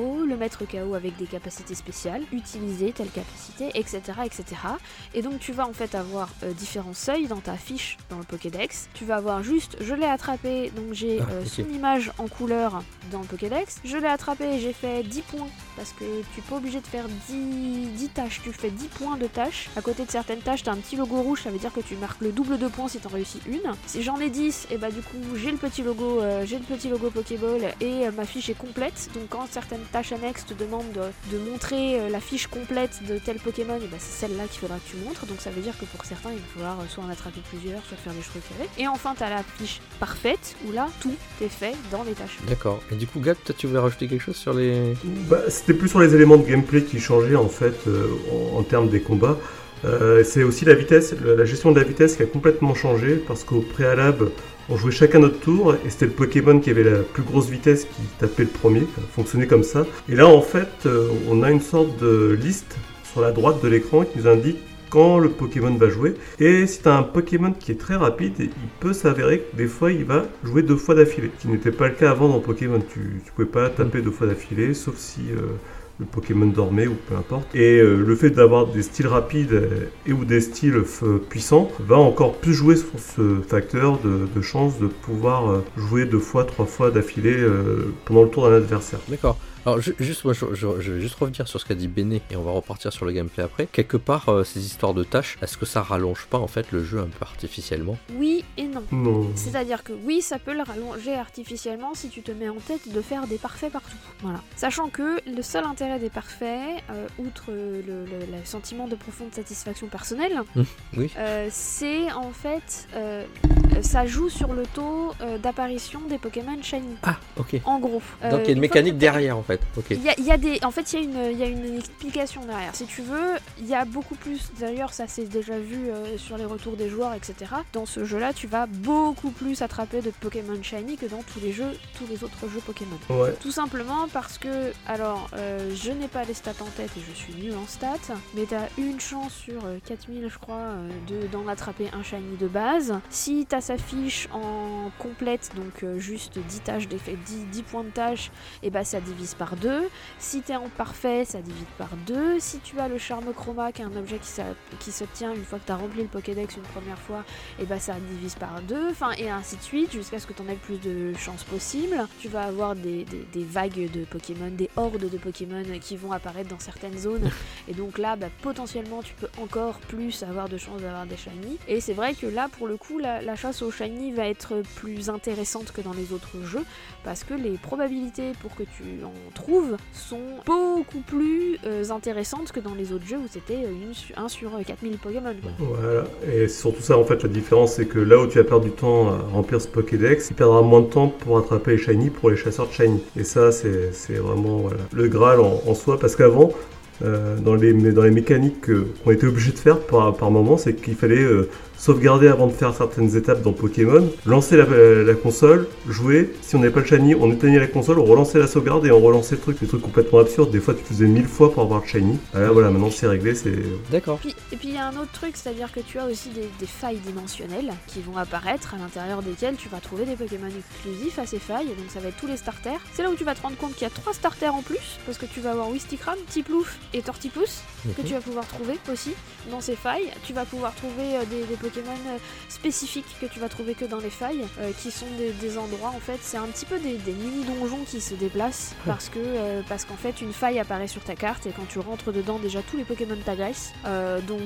KO avec des capacités spéciales, utiliser telle capacité, etc. etc. Et donc tu vas en fait avoir différents seuils dans ta fiche dans le Pokédex. Tu vas avoir juste, je l'ai attrapé, donc j'ai son image en couleur dans le Pokédex. Je l'ai attrapé, j'ai fait 10 points, parce que tu n'es pas obligé de faire 10 tâches, tu fais 10 points de tâches. À côté de certaines tâches, tu as un petit logo rouge, ça veut dire que tu marques le double de points si tu en réussis une. Si j'en ai 10, et bah du coup j'ai le petit logo Pokéball et ma fiche est complète. Donc quand certaines tâches annexes te demandent de montrer la fiche complète de tel Pokémon, et bah c'est celle-là qu'il faudra que tu montres. Donc ça veut dire que pour certains il va falloir soit en attraper plusieurs, soit faire des trucs avec. Et enfin tu as la fiche parfaite où là tout est fait dans les tâches. D'accord. Et du coup Gab, toi tu voulais rajouter quelque chose sur les... C'était plus sur les éléments de gameplay qui changeaient en fait en termes des combats. C'est aussi la vitesse, la gestion de la vitesse qui a complètement changé, parce qu'au préalable on jouait chacun notre tour et c'était le Pokémon qui avait la plus grosse vitesse qui tapait le premier, ça fonctionnait comme ça. Et là en fait on a une sorte de liste sur la droite de l'écran qui nous indique quand le Pokémon va jouer. Et si tu as un Pokémon qui est très rapide, il peut s'avérer que des fois il va jouer 2 fois d'affilée, ce qui n'était pas le cas avant dans Pokémon. Tu pouvais pas taper 2 fois d'affilée, sauf si le Pokémon dormait ou peu importe. Et le fait d'avoir des styles rapides et ou des styles puissants va encore plus jouer sur ce facteur de chance de pouvoir jouer 2 fois, 3 fois d'affilée pendant le tour d'un adversaire. D'accord. Alors juste moi je vais juste revenir sur ce qu'a dit Béné et on va repartir sur le gameplay après. Quelque part ces histoires de tâches, est-ce que ça rallonge pas en fait le jeu un peu artificiellement? Oui et non. Non. C'est-à-dire que oui, ça peut le rallonger artificiellement si tu te mets en tête de faire des parfaits partout. Voilà. Sachant que le seul intérêt des parfaits, outre le sentiment de profonde satisfaction personnelle, Oui. c'est en fait ça joue sur le taux d'apparition des Pokémon Shiny. Ah, ok. En gros. Donc il y a une mécanique derrière en fait. Ok. Il y a une explication derrière. Si tu veux, il y a beaucoup plus. D'ailleurs, ça s'est déjà vu sur les retours des joueurs, etc. Dans ce jeu-là, tu vas beaucoup plus attraper de Pokémon Shiny que dans tous les autres jeux Pokémon. Ouais. Tout simplement parce que, alors, je n'ai pas les stats en tête et je suis nulle en stats, mais t'as une chance sur 4000, je crois, d'en attraper un Shiny de base. Si t'as sa fiche en complète, donc juste 10 tâches d'effet, 10 points de tâche, et bah ça divise par 2. Si t'es en parfait, ça divise par 2. Si tu as le charme chroma, qui est un objet qui s'obtient une fois que t'as rempli le Pokédex une première fois, et bah ça divise par 2. Enfin, et ainsi de suite, jusqu'à ce que t'en aies le plus de chances possible. Tu vas avoir des vagues de Pokémon, des hordes de Pokémon qui vont apparaître dans certaines zones. Et donc là, bah, potentiellement, tu peux encore plus avoir de chances d'avoir des shiny. Et c'est vrai que là, pour le coup, la chasse aux shiny va être plus intéressante que dans les autres jeux, parce que les probabilités pour que tu en trouves sont beaucoup plus intéressantes que dans les autres jeux où c'était 1 sur 4000 Pokémon. Quoi. Voilà, et c'est surtout ça en fait la différence, c'est que là où tu vas perdre du temps à remplir ce Pokédex, tu perdras moins de temps pour attraper les shiny pour les chasseurs de shiny. Et ça c'est vraiment voilà, le Graal en soi, parce qu'avant dans les mécaniques qu'on était obligé de faire par moment, c'est qu'il fallait sauvegarder avant de faire certaines étapes dans Pokémon, lancer la console, jouer, si on n'avait pas le shiny, on éteignait la console, on relançait la sauvegarde et on relançait le truc. Des trucs complètement absurdes, des fois tu faisais 1000 fois pour avoir le shiny. Voilà, maintenant c'est réglé, c'est... D'accord. Et puis il y a un autre truc, c'est-à-dire que tu as aussi des failles dimensionnelles qui vont apparaître, à l'intérieur desquelles tu vas trouver des Pokémon exclusifs à ces failles, et donc ça va être tous les starters. C'est là où tu vas te rendre compte qu'il y a 3 starters en plus, parce que tu vas avoir Wistikram, Tiplouf et Tortipousse, que tu vas pouvoir trouver aussi dans ces failles. Tu vas pouvoir trouver des Pokémon spécifiques que tu vas trouver que dans les failles, qui sont des endroits, en fait, c'est un petit peu des mini-donjons qui se déplacent, parce qu'en fait une faille apparaît sur ta carte, et quand tu rentres dedans, déjà tous les Pokémon t'agressent, donc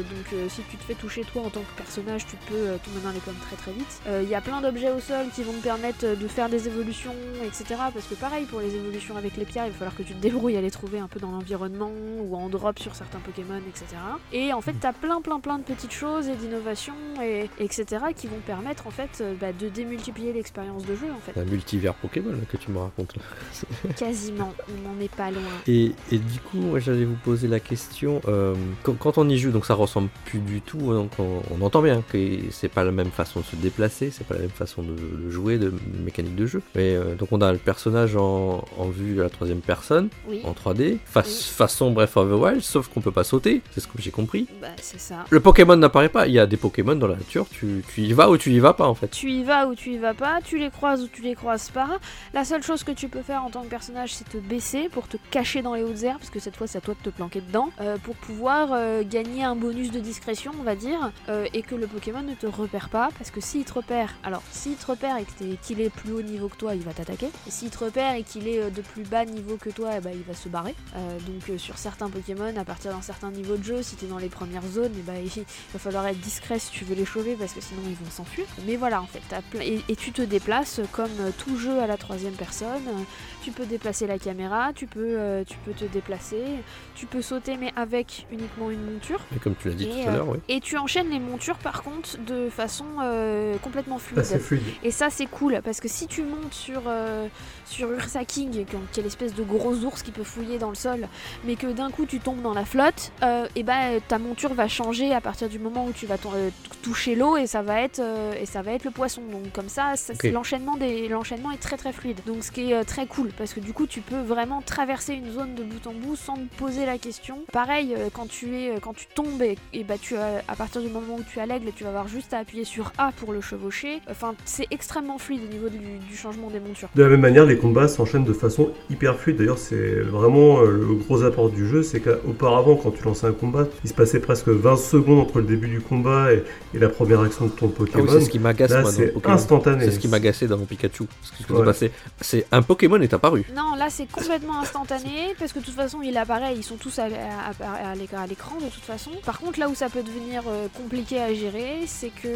si tu te fais toucher toi en tant que personnage, tu peux tomber dans les pommes très très vite. Il y a plein d'objets au sol qui vont te permettre de faire des évolutions, etc. Parce que pareil, pour les évolutions avec les pierres, il va falloir que tu te débrouilles à les trouver un peu dans l'environnement, événements ou en drop sur certains Pokémon, etc. Et en fait, t'as plein de petites choses et d'innovations, etc. qui vont permettre en fait de démultiplier l'expérience de jeu en fait. Un multivers Pokémon là, que tu me racontes là. Quasiment, on n'en est pas loin. Et du coup, moi, j'allais vous poser la question, quand on y joue, donc ça ressemble plus du tout, donc on entend bien que c'est pas la même façon de se déplacer, c'est pas la même façon de jouer, de mécanique de jeu. Mais donc on a le personnage en vue à la troisième personne, Oui. en 3D, façon Breath of the Wild, sauf qu'on peut pas sauter, c'est ce que j'ai compris. Bah c'est ça. Le Pokémon n'apparaît pas, il y a des Pokémon dans la nature, tu y vas ou tu y vas pas en fait. Tu y vas ou tu y vas pas, tu les croises ou tu les croises pas. La seule chose que tu peux faire en tant que personnage, c'est te baisser pour te cacher dans les hautes herbes, parce que cette fois c'est à toi de te planquer dedans, pour pouvoir gagner un bonus de discrétion, on va dire, et que le Pokémon ne te repère pas, parce que s'il te repère, et qu'il est plus haut niveau que toi, il va t'attaquer. Et s'il te repère et qu'il est de plus bas niveau que toi, il va se barrer. Donc sur certains Pokémon, à partir d'un certain niveau de jeu, si t'es dans les premières zones, il va falloir être discret si tu veux les chover, parce que sinon ils vont s'enfuir. Mais voilà, en fait, et tu te déplaces comme tout jeu à la troisième personne. Tu peux déplacer la caméra, tu peux te déplacer, tu peux sauter mais avec uniquement une monture. Et comme tu l'as dit tout à l'heure, oui. Et tu enchaînes les montures par contre de façon complètement fluide. Assez fluide. Et ça c'est cool parce que si tu montes sur Ursa King, qui est l'espèce de gros ours qui peut fouiller dans le sol, mais que d'un coup tu tombes dans la flotte, ta monture va changer à partir du moment où tu vas toucher l'eau et ça va être le poisson. Donc comme ça, Okay. l'enchaînement est très très fluide. Donc ce qui est très cool parce que du coup tu peux vraiment traverser une zone de bout en bout sans te poser la question. Pareil quand tu tombes à partir du moment où tu as l'aigle, tu vas avoir juste à appuyer sur A pour le chevaucher. Enfin c'est extrêmement fluide au niveau du changement des montures. De la même manière, les combats s'enchaînent de façon hyper fluide. D'ailleurs, c'est vraiment le gros apport du jeu, c'est qu'auparavant, quand tu lançais un combat, il se passait presque 20 secondes entre le début du combat et la première action de ton Pokémon. Ah oui, c'est ce qui m'agace Là, moi dans c'est Pokémon. instantané. C'est ce qui m'agaçait dans mon Pikachu. Ce qui s'est Ouais. passé, c'est un Pokémon est apparu. Non, là c'est complètement instantané parce que de toute façon il apparaît, ils sont tous à l'écran de toute façon. Par contre là où ça peut devenir compliqué à gérer, c'est que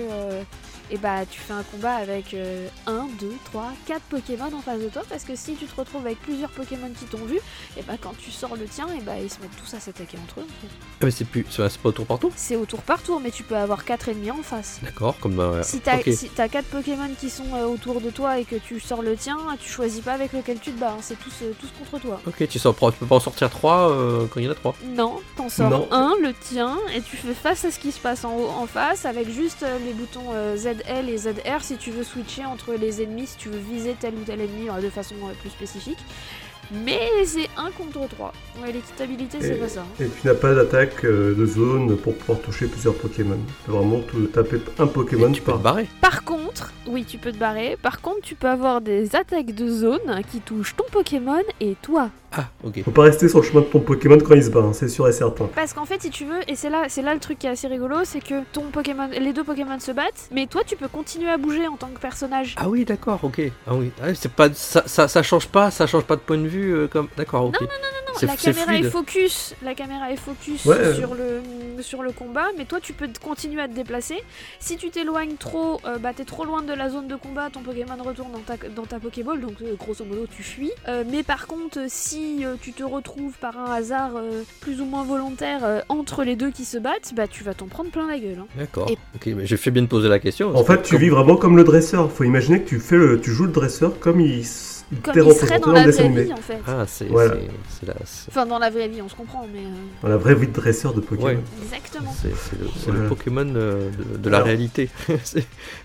tu fais un combat avec 1, 2, 3, 4 Pokémon en face de toi parce que si tu te retrouves avec plusieurs Pokémon qui t'ont vu, quand tu sors le tien, ils se mettent tous à s'attaquer entre eux. Ah, mais c'est pas au tour par tour. C'est au tour par tour, mais tu peux avoir 4 ennemis en face. D'accord, comme dans... Si t'as Ok. 4 Pokémon qui sont autour de toi et que tu sors le tien, tu choisis pas avec lequel tu te bats, hein, c'est tous contre toi. Ok, tu peux pas en sortir 3 quand il y en a 3. Non, t'en sors Non. un, le tien, et tu fais face à ce qui se passe en haut, en face, avec juste les boutons ZL et ZR si tu veux switcher entre les ennemis, si tu veux viser tel ou tel ennemi de façon plus spécifique. Mais c'est 1 contre 3. Ouais, l'équitabilité, c'est pas ça. Et tu n'as pas d'attaque de zone pour pouvoir toucher plusieurs Pokémon. Tu peux vraiment taper un Pokémon Et tu peux te par... barrer. Par contre, oui, tu peux te barrer. Par contre, tu peux avoir des attaques de zone qui touchent ton Pokémon et toi. Ah, ok. Faut pas rester sur le chemin de ton Pokémon quand il se bat, hein, c'est sûr et certain. Parce qu'en fait, si tu veux, et c'est là le truc qui est assez rigolo, c'est que les deux Pokémon se battent, mais toi, tu peux continuer à bouger en tant que personnage. Ah oui, d'accord, ok. Ah oui, c'est pas ça change pas de point de vue comme. D'accord, ok. Non, C'est la caméra est focus Ouais. sur le combat, mais toi tu peux continuer à te déplacer. Si tu t'éloignes trop, t'es trop loin de la zone de combat, ton Pokémon retourne dans ta Pokéball, donc grosso modo tu fuis. Mais par contre, si tu te retrouves par un hasard plus ou moins volontaire entre les deux qui se battent, tu vas t'en prendre plein la gueule. Hein. D'accord. Et- Ok, mais j'ai fait bien de poser la question. En fait, tu vis vraiment comme le dresseur. Faut imaginer que tu joues le dresseur comme il Comme t'est il serait représenté dans dans la le dessin vraie animé. vie en fait. Ah, c'est Voilà. Enfin, dans la vraie vie, on se comprend, mais. Dans la vraie vie de dresseur de Pokémon. Ouais. Exactement. C'est Voilà. le Pokémon de la Alors. réalité. C'est-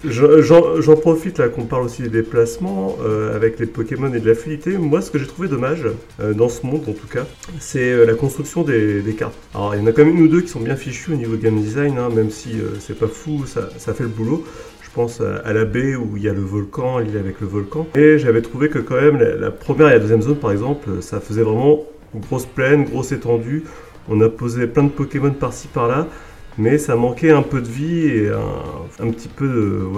J'en profite là qu'on parle aussi des déplacements avec les Pokémon et de la fluidité. Moi, ce que j'ai trouvé dommage dans ce monde, en tout cas, c'est la construction des cartes. Alors, il y en a quand même une ou deux qui sont bien fichues au niveau game design, hein, même si c'est pas fou, ça fait le boulot. Je pense à la baie où il y a le volcan, l'île avec le volcan. Et j'avais trouvé que quand même la première et la deuxième zone, par exemple, ça faisait vraiment grosse plaine, grosse étendue. On a posé plein de Pokémon par-ci par-là. Mais ça manquait un peu de vie et un petit peu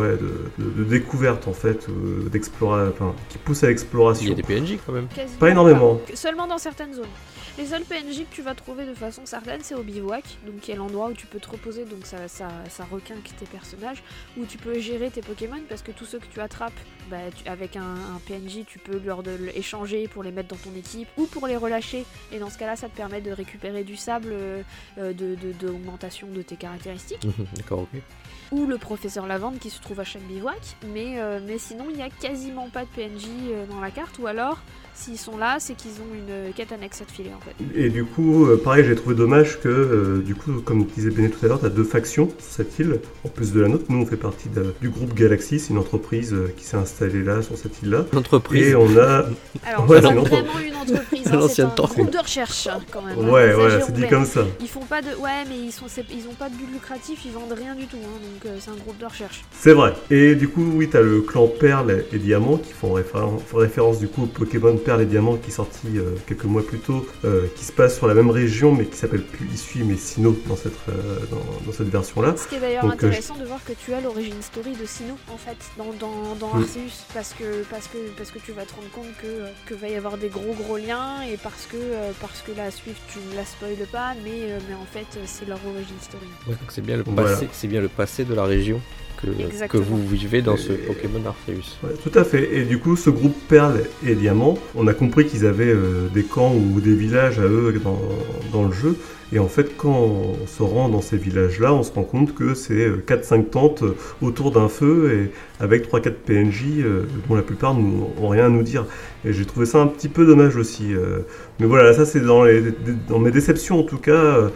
de découverte en fait, qui pousse à Il y l'exploration. a des PNJ quand même. Quasiment Pas énormément. Seulement dans certaines zones. Les seuls PNJ que tu vas trouver de façon certaine, c'est au bivouac, donc qui est l'endroit où tu peux te reposer, donc ça requinque tes personnages, où tu peux gérer tes Pokémon, parce que tous ceux que tu attrapes, avec un PNJ, tu peux échanger pour les mettre dans ton équipe, ou pour les relâcher, et dans ce cas-là, ça te permet de récupérer du sable, d'augmentation de tes caractéristiques. D'accord, ok. Ou le professeur Lavande qui se trouve à chaque bivouac, mais sinon il n'y a quasiment pas de PNJ dans la carte, ou alors s'ils sont là, c'est qu'ils ont une quête annexe à te filer en fait. Et du coup, pareil, j'ai trouvé dommage que, du coup, comme disait Béné tout à l'heure, t'as 2 factions sur cette île, en plus de la nôtre. Nous, on fait partie du groupe Galaxy, c'est une entreprise qui s'est installée là, sur cette île-là. Entreprise. Et on a... Alors, Ouais, c'est pas non, vraiment une entreprise, c'est l'ancien un temps. groupe de recherche quand même. Ouais, Exagérons, voilà, c'est dit mais comme ça. Ils font pas de... Ouais, mais ils ont pas de but lucratif, ils vendent rien du tout, hein, donc c'est un groupe de recherche. C'est vrai. Et du coup, oui, t'as le clan Perle et Diamant qui font référence du coup au Pokémon Perle et Diamant qui est sorti quelques mois plus tôt, qui se passe sur la même région mais qui s'appelle plus Issui mais Sinnoh dans cette version-là. Ce qui est d'ailleurs Donc, intéressant de voir que tu as l'origine story de Sinnoh en fait dans Arceus, parce que tu vas te rendre compte que va y avoir des gros liens, et parce que la suite tu ne la spoiles pas, mais en fait c'est leur origine story. Ouais, donc c'est bien le passé, Voilà. c'est bien le passé de la région que Exactement. vous vivez dans ce Pokémon Arceus. Ouais, tout à fait. Et du coup, ce groupe Perle et Diamant, on a compris qu'ils avaient des camps ou des villages à eux dans le jeu. Et en fait, quand on se rend dans ces villages-là, on se rend compte que c'est 4-5 tentes autour d'un feu et avec 3-4 PNJ dont la plupart n'ont rien à nous dire. Et j'ai trouvé ça un petit peu dommage aussi. Mais voilà, ça c'est dans mes déceptions en tout cas.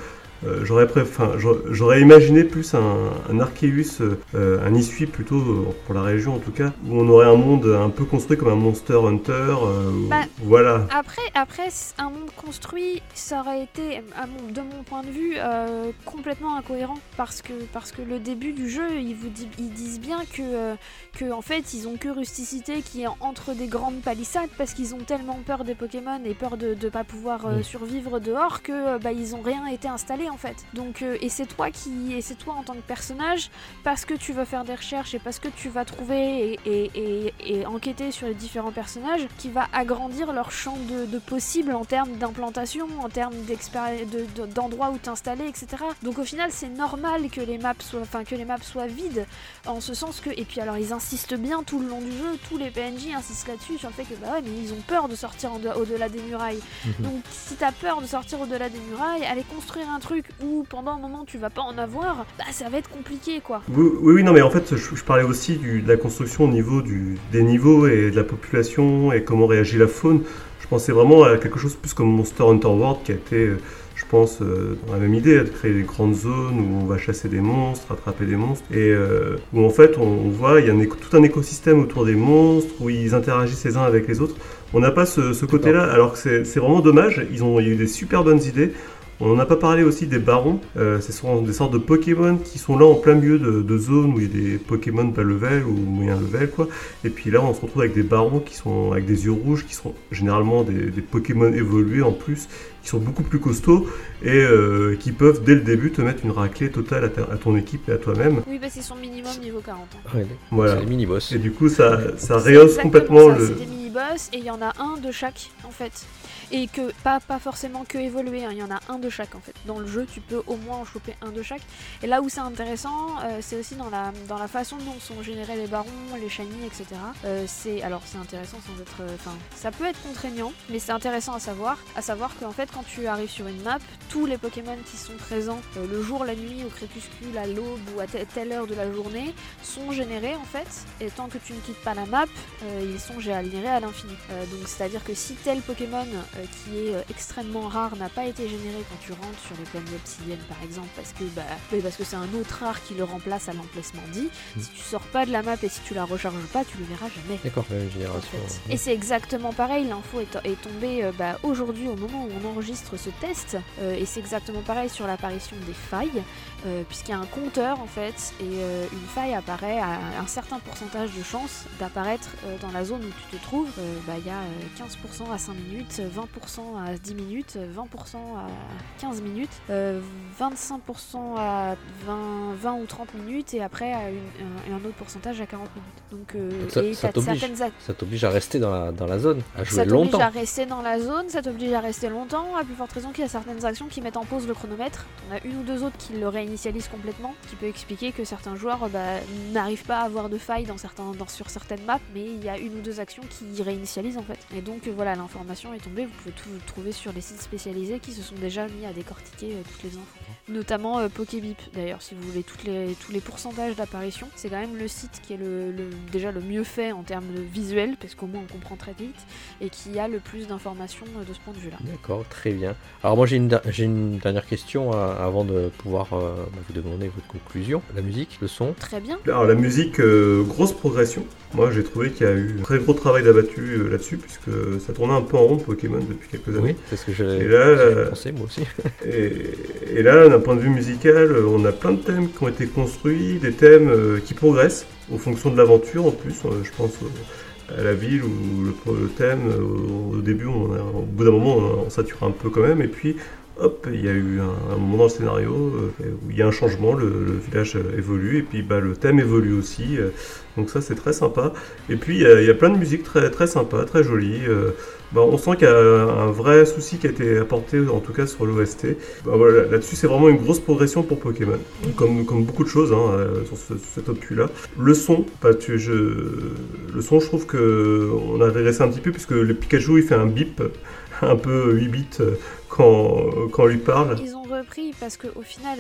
J'aurais imaginé plus un Arceus, un Issui plutôt pour la région en tout cas, où on aurait un monde un peu construit comme un Monster Hunter. Voilà. Après, un monde construit, ça aurait été, de mon point de vue, complètement incohérent, parce que le début du jeu, ils disent bien que en fait, ils ont que Rusticité qui est entre des grandes palissades, parce qu'ils ont tellement peur des Pokémon et peur de pas pouvoir survivre dehors que ils ont rien été installés en fait. Donc et c'est toi en tant que personnage, parce que tu vas faire des recherches et parce que tu vas trouver et enquêter sur les différents personnages, qui va agrandir leur champ de possibles en termes d'implantation, en termes d'endroits où t'installer, etc. Donc au final c'est normal que les maps soient vides, en ce sens que, et puis alors ils insistent bien tout le long du jeu, tous les PNJ insistent là-dessus sur le fait que mais ils ont peur de sortir au-delà des murailles. Donc si t'as peur de sortir au-delà des murailles, aller construire un truc où pendant un moment tu vas pas en avoir, ça va être compliqué quoi. Oui, non, mais en fait, je parlais aussi de la construction au niveau des niveaux et de la population et comment réagit la faune. Je pensais vraiment à quelque chose plus comme Monster Hunter World qui a été, je pense, dans la même idée, de créer des grandes zones où on va chasser des monstres, attraper des monstres, et où en fait on voit il y a tout un écosystème autour des monstres, où ils interagissent les uns avec les autres. On n'a pas ce côté-là, alors que c'est vraiment dommage. Il y a eu des super bonnes idées. On n'a pas parlé aussi des barons, ce sont des sortes de Pokémon qui sont là en plein milieu de zones où il y a des Pokémon bas level ou moyen level quoi. Et puis là on se retrouve avec des barons qui sont avec des yeux rouges, qui sont généralement des Pokémon évolués en plus, qui sont beaucoup plus costauds et qui peuvent dès le début te mettre une raclée totale à ton équipe et à toi-même. Oui, c'est son minimum niveau 40. Ouais, Voilà. c'est les mini-boss. Et du coup ça rehausse complètement ça, le... c'est des mini-boss et il y en a un de chaque en fait. Et que pas forcément que évoluer, il y en a un de chaque en fait. Dans le jeu, tu peux au moins en choper un de chaque. Et là où c'est intéressant, c'est aussi dans la façon dont sont générés les barons, les shiny, etc. C'est intéressant sans être... ça peut être contraignant, mais c'est intéressant à savoir qu'en fait, quand tu arrives sur une map, tous les Pokémon qui sont présents le jour, la nuit, au crépuscule, à l'aube ou à telle heure de la journée sont générés en fait. Et tant que tu ne quittes pas la map, ils sont générés à l'infini. Donc c'est-à-dire que si tel Pokémon qui est extrêmement rare n'a pas été généré quand tu rentres sur les plaines d'obsidienne par exemple, parce que c'est un autre rare qui le remplace à l'emplacement dit, si tu sors pas de la map et si tu la recharges pas, tu le verras jamais. D'accord, la même génération. En fait. Et c'est exactement pareil, l'info est tombée aujourd'hui au moment où on enregistre ce test, et c'est exactement pareil sur l'apparition des failles, puisqu'il y a un compteur en fait, et une faille apparaît à un certain pourcentage de chance d'apparaître dans la zone où tu te trouves, il y a 15% à 5 minutes, 20% 20% à 10 minutes, 20% à 15 minutes, 25% à 20 ou 30 minutes et après un autre pourcentage à 40 minutes. Donc, ça t'oblige à rester dans la zone, à jouer ça longtemps. Ça t'oblige à rester dans la zone, ça t'oblige à rester longtemps, à plus forte raison qu'il y a certaines actions qui mettent en pause le chronomètre. On a une ou deux autres qui le réinitialisent complètement, qui peut expliquer que certains joueurs n'arrivent pas à avoir de failles sur certaines maps, mais il y a une ou deux actions qui réinitialisent en fait. Et donc voilà, l'information est tombée, vous pouvez tout trouver sur les sites spécialisés qui se sont déjà mis à décortiquer toutes les infos. Notamment Pokébip d'ailleurs, si vous voulez tous les pourcentages d'apparition, c'est quand même le site qui est déjà le mieux fait en termes de visuel, parce qu'au moins on comprend très vite, et qui a le plus d'informations de ce point de vue là. D'accord, très bien. Alors moi j'ai une dernière question avant de pouvoir vous demander votre conclusion. La musique, le son. Très bien. Alors la musique, grosse progression. Moi j'ai trouvé qu'il y a eu un très gros travail d'abattu là-dessus, puisque ça tournait un peu en rond Pokémon depuis quelques années. Oui, c'est ce que j'ai pensé moi aussi. et là, d'un point de vue musical, on a plein de thèmes qui ont été construits, des thèmes qui progressent en fonction de l'aventure en plus. Je pense à la ville où le thème, au début, au bout d'un moment, on sature un peu quand même, et puis hop, il y a eu un moment dans le scénario où il y a un changement, le village évolue, et puis le thème évolue aussi, donc ça c'est très sympa. Et puis il y a plein de musiques très, très sympas, très jolies. On sent qu'il y a un vrai souci qui a été apporté, en tout cas sur l'OST. Voilà, là-dessus c'est vraiment une grosse progression pour Pokémon, comme beaucoup de choses sur cet opus-là. Le son, je trouve qu'on a régressé un petit peu, puisque le Pikachu il fait un bip, un peu 8 bits quand on lui parle. Ils ont repris parce qu'au final,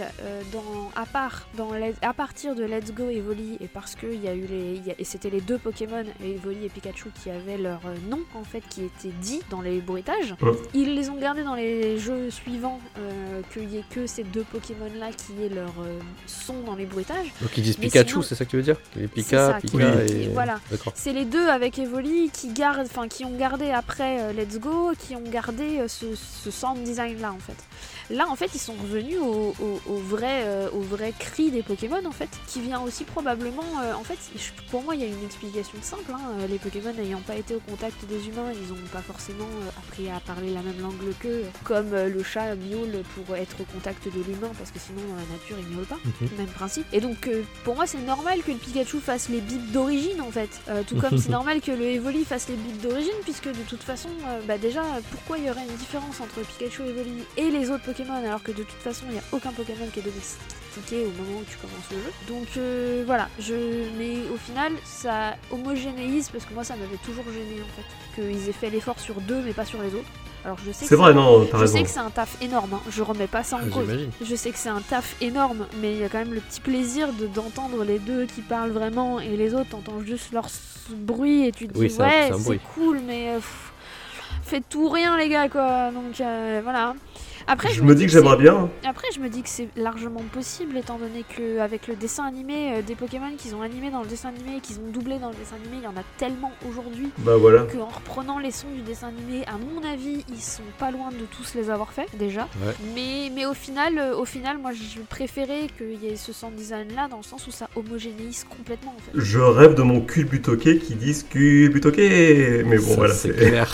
à partir de Let's Go Evoli, et parce que et c'était les deux Pokémon, Evoli et Pikachu, qui avaient leur nom en fait qui était dit dans les bruitages, ils les ont gardés dans les jeux suivants, qu'il n'y ait que ces deux Pokémon là qui aient leur son dans les bruitages. Donc ils disent Pikachu, sinon, c'est ça que tu veux dire? Les Pika et... Voilà. D'accord. C'est les deux avec Evoli qui ont gardé après Let's Go, qui ont gardé ce sound design là en fait. Là en fait ils sont revenus au vrai cri des Pokémon en fait, qui vient aussi probablement en fait pour moi il y a une explication simple, les Pokémon n'ayant pas été au contact des humains, ils n'ont pas forcément appris à parler la même langue qu'eux, comme le chat miaule pour être au contact de l'humain, parce que sinon dans la nature il miaule pas, même principe. Et donc pour moi c'est normal que le Pikachu fasse les bips d'origine en fait, tout comme c'est normal que le Evoli fasse les bips d'origine, puisque de toute façon déjà pourquoi il y aurait une différence entre Pikachu, Evoli et les autres Pokémon, alors que de toute façon il n'y a aucun Pokémon qui est domestiqué au moment où tu commences le jeu. Donc voilà, mais au final ça homogénéise, parce que moi ça m'avait toujours gêné en fait, qu'ils aient fait l'effort sur deux mais pas sur les autres. Alors je sais que c'est un taf énorme, je remets pas ça en cause. Je sais que c'est un taf énorme, mais il y a quand même le petit plaisir d'entendre les deux qui parlent vraiment, et les autres t'entends juste leur bruit et tu te dis c'est cool, mais faites tout rien les gars quoi. Donc voilà. Après, je me dis que j'aimerais bien. Après, je me dis que c'est largement possible, étant donné qu'avec le dessin animé, des Pokémon qu'ils ont animé dans le dessin animé et qu'ils ont doublé dans le dessin animé, il y en a tellement aujourd'hui qu'en reprenant les sons du dessin animé, à mon avis, ils sont pas loin de tous les avoir fait déjà. Ouais. Mais au final, moi, je préférais qu'il y ait ce sound design là, dans le sens où ça homogénéise complètement. En fait. Je rêve de mon culbutoqué qui dise culbutoqué, mais bon ça, voilà, c'est clair.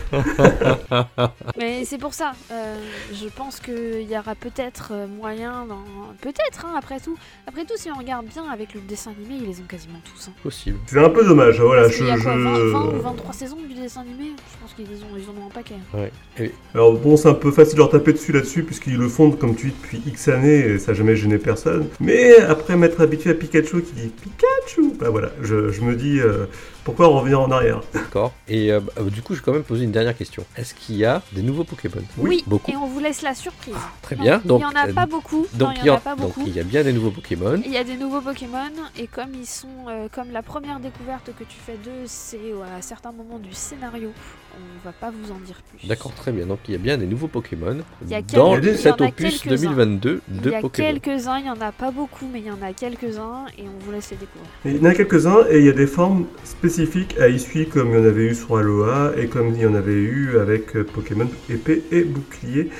Mais c'est pour ça. Je pense qu'il y aura peut-être moyen peut-être, après tout, si on regarde bien avec le dessin animé, ils les ont quasiment tous. Possible. C'est un peu dommage, voilà. Il y a 20 ou 23 saisons du dessin animé, je pense qu'ils en ont un paquet. Ouais. Et... Alors bon, c'est un peu facile de leur taper dessus là-dessus, puisqu'ils le font, comme tu dis, depuis X années, et ça n'a jamais gêné personne. Mais après m'être habitué à Pikachu qui dit Pikachu, voilà, je me dis... pourquoi revenir en arrière? D'accord. Et du coup, je vais quand même poser une dernière question. Est-ce qu'il y a des nouveaux Pokémon? Oui, beaucoup. Et on vous laisse la surprise. Très bien. Donc, il n'y en a pas beaucoup. Donc, il y a bien des nouveaux Pokémon. Il y a des nouveaux Pokémon, et comme ils sont, comme la première découverte que tu fais d'eux, c'est à certains moments du scénario, on va pas vous en dire plus. D'accord, très bien. Donc il y a bien des nouveaux Pokémon dans cet opus 2022 de Pokémon. Il y a quelques-uns, il n'y en a pas beaucoup, mais il y en a quelques-uns, et on vous laisse les découvrir. Il y en a quelques-uns, et il y a des formes spécifiques à Isui, comme il y en avait eu sur Aloha, et comme il y en avait eu avec Pokémon épée et bouclier.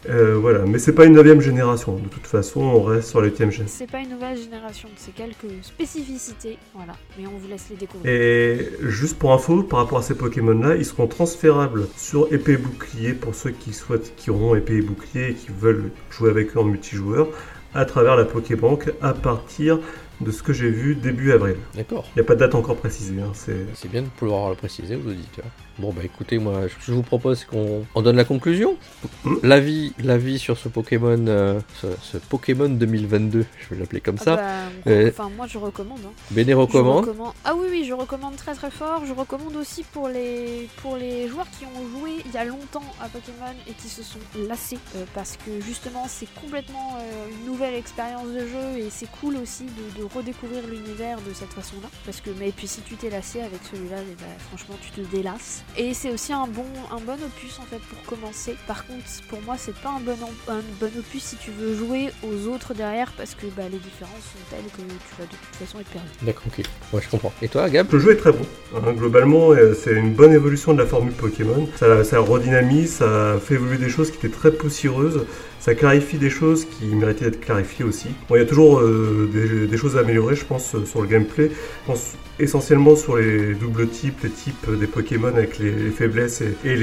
Voilà, mais c'est pas une 9ème génération. De toute façon, on reste sur la 8ème génération. C'est pas une nouvelle génération, c'est quelques spécificités, voilà. Mais on vous laisse les découvrir. Et juste pour info, par rapport à ces Pokémon-là, ils seront transférables sur épée et bouclier pour ceux qui auront épée et bouclier et qui veulent jouer avec eux en multijoueur à travers la Pokébank à partir de ce que j'ai vu début avril. D'accord. Il n'y a pas de date encore précisée. C'est bien de pouvoir le préciser aux auditeurs. Bon bah écoutez, moi je vous propose qu'on donne la conclusion. L'avis sur ce Pokémon, ce Pokémon 2022, je vais l'appeler comme ça. Moi je recommande. Béné recommande. Ah oui, je recommande très très fort. Je recommande aussi pour les joueurs qui ont joué il y a longtemps à Pokémon et qui se sont lassés. Parce que justement c'est complètement une nouvelle expérience de jeu et c'est cool aussi de redécouvrir l'univers de cette façon-là. Et puis si tu t'es lassé avec celui-là, franchement tu te délasses. Et c'est aussi un bon opus en fait pour commencer. Par contre, pour moi, c'est pas un bon opus si tu veux jouer aux autres derrière parce que les différences sont telles que tu vas de toute façon être perdu. D'accord, ok. Ouais, je comprends. Et toi, Gab ? Le jeu est très bon. Globalement, c'est une bonne évolution de la formule Pokémon. Ça redynamise, ça fait évoluer des choses qui étaient très poussiéreuses. Ça clarifie des choses qui méritaient d'être clarifiées aussi. Bon, il y a toujours des choses à améliorer, je pense, sur le gameplay. Je pense essentiellement sur les doubles types, les types des Pokémon avec les faiblesses et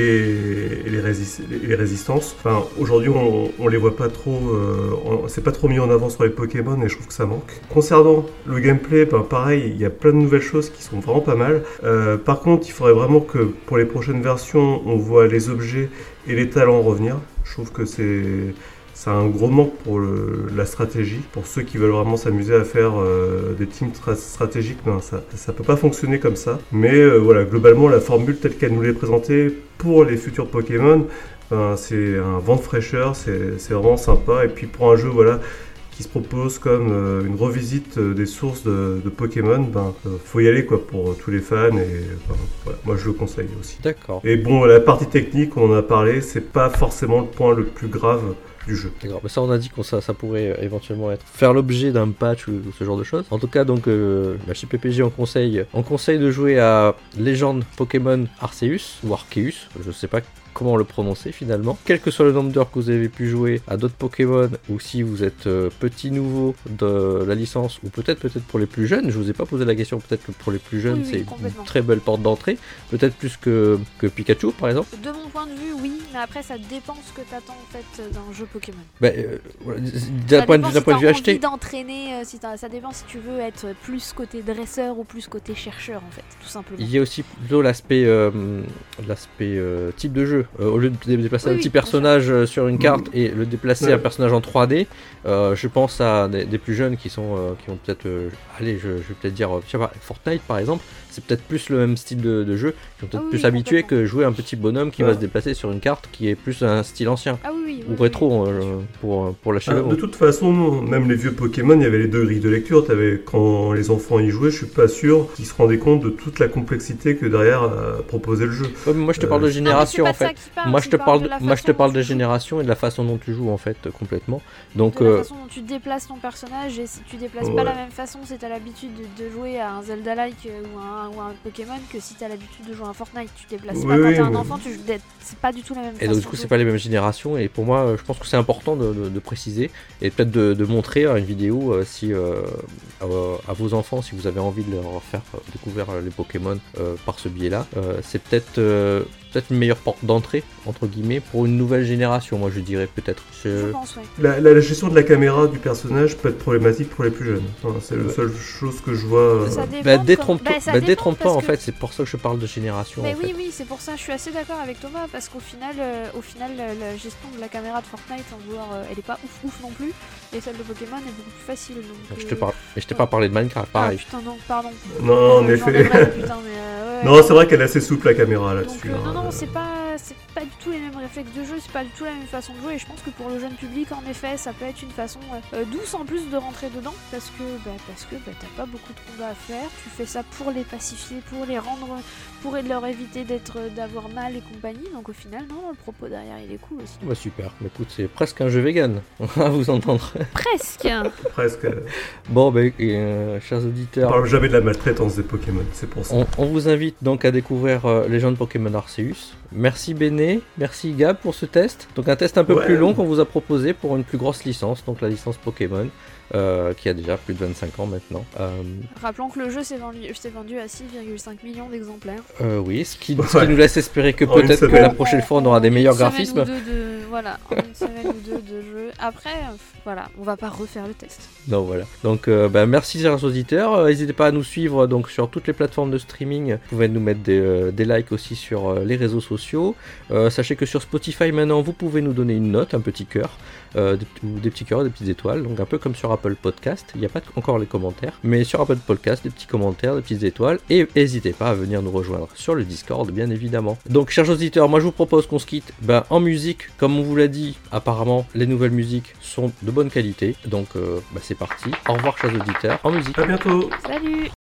les résistances. Enfin, aujourd'hui, on les voit pas trop, c'est pas trop mis en avant sur les Pokémon et je trouve que ça manque. Concernant le gameplay, pareil, il y a plein de nouvelles choses qui sont vraiment pas mal. Par contre, il faudrait vraiment que pour les prochaines versions, on voit les objets et les talents revenir. Je trouve que c'est un gros manque pour la stratégie. Pour ceux qui veulent vraiment s'amuser à faire des teams stratégiques, ça peut pas fonctionner comme ça. Mais voilà, globalement, la formule telle qu'elle nous l'est présentée pour les futurs Pokémon, c'est un vent de fraîcheur, c'est vraiment sympa. Et puis pour un jeu, voilà, qui se propose comme une revisite des sources de Pokémon, faut y aller quoi pour tous les fans et voilà, moi je le conseille aussi. D'accord. Et bon, la partie technique, on en a parlé, c'est pas forcément le point le plus grave du jeu. D'accord, mais ça on a dit que ça pourrait éventuellement faire l'objet d'un patch ou ce genre de choses. En tout cas, donc chez PPG on conseille de jouer à Légende Pokémon Arceus ou Arceus, je sais pas comment le prononcer finalement. Quel que soit le nombre d'heures que vous avez pu jouer à d'autres Pokémon, ou si vous êtes petit nouveau de la licence, ou peut-être pour les plus jeunes, je vous ai pas posé la question, peut-être que pour les plus jeunes c'est une très belle porte d'entrée, peut-être plus que Pikachu par exemple. De mon point de vue, oui, mais après ça dépend ce que t'attends en fait d'un jeu Pokémon. D'un point de vue acheté. D'entraîner, ça dépend si tu veux être plus côté dresseur ou plus côté chercheur en fait, tout simplement. Il y a aussi plutôt l'aspect type de jeu. Au lieu de déplacer un petit personnage sur une carte et le déplacer un personnage en 3D, je pense à des plus jeunes qui ont peut-être, je vais peut-être dire, je sais pas, Fortnite par exemple, c'est peut-être plus le même style de jeu, qui sont peut-être plus habitués que jouer un petit bonhomme qui va se déplacer sur une carte qui est plus un style ancien ou rétro pour lâcher le mot. De toute façon, même les vieux Pokémon, il y avait les deux grilles de lecture. Quand les enfants y jouaient, je suis pas sûr qu'ils se rendaient compte de toute la complexité que derrière proposait le jeu. Ouais, mais moi je te parle de génération en fait. Moi je te parle de génération et de la façon dont tu joues en fait complètement. Donc de la façon dont tu déplaces ton personnage, et si tu déplaces pas la même façon, si t'as l'habitude de jouer à un Zelda-like ou un Pokémon, que si t'as l'habitude de jouer à un Fortnite, tu déplaces pas quand t'es un enfant, c'est pas du tout la même façon. Et donc du coup c'est pas les mêmes générations, et pour moi je pense que c'est important de préciser et peut-être de montrer une vidéo à vos enfants, si vous avez envie de leur faire découvrir les Pokémon par ce biais-là. C'est peut-être une meilleure porte d'entrée entre guillemets pour une nouvelle génération, moi je dirais peut-être. Je pense, ouais. La gestion de la caméra du personnage peut être problématique pour les plus jeunes. C'est la seule chose que je vois. Détrompe-toi en fait, c'est pour ça que je parle de génération. Oui, c'est pour ça, je suis assez d'accord avec Thomas, parce qu'au final, la gestion de la caméra de Fortnite en joueur, elle est pas ouf non plus, et celle de Pokémon est beaucoup plus facile. Donc, je t'ai pas parlé de Minecraft, pareil. Ah putain, non, pardon. Non, en effet. Non, c'est vrai qu'elle est assez souple la caméra là-dessus. Donc, non, c'est pas du tout les mêmes réflexes de jeu, c'est pas du tout la même façon de jouer, et je pense que pour le jeune public, en effet, ça peut être une façon douce en plus de rentrer dedans, parce que t'as pas beaucoup de combats à faire, tu fais ça pour les pacifier, pour les rendre, pour leur éviter d'avoir mal et compagnie, donc au final, non, le propos derrière, il est cool aussi. Bah super, mais écoute, c'est presque un jeu vegan, à vous entendre. Presque. Bon, chers auditeurs... On parle jamais de la maltraitance des Pokémon, c'est pour ça. On vous invite donc à découvrir Légende Pokémon Arceus. Merci Béné, merci Gab, pour ce test. Donc un test un peu Ouais. plus long qu'on vous a proposé pour une plus grosse licence, donc la licence Pokémon, qui a déjà plus de 25 ans maintenant. Rappelons que le jeu s'est vendu à 6,5 millions d'exemplaires. Oui, ce qui Ouais. nous laisse espérer que En une peut-être que semaine. la prochaine fois on aura des meilleurs Une semaine graphismes. ou deux voilà, en une semaine ou deux de jeu. Après, voilà, on va pas refaire le test. Non, voilà. Donc, merci chers auditeurs. N'hésitez pas à nous suivre donc sur toutes les plateformes de streaming. Vous pouvez nous mettre des likes aussi sur les réseaux sociaux. Sachez que sur Spotify maintenant, vous pouvez nous donner une note, un petit cœur, des petits cœurs, des petites étoiles. Donc un peu comme sur Apple Podcast. Il n'y a pas encore les commentaires, mais sur Apple Podcast, des petits commentaires, des petites étoiles. Et n'hésitez pas à venir nous rejoindre sur le Discord, bien évidemment. Donc, chers auditeurs, moi je vous propose qu'on se quitte en musique. Comme on vous l'a dit, apparemment les nouvelles musiques sont de bonne qualité. Donc c'est parti. Au revoir chers auditeurs, en musique. À bientôt. Salut!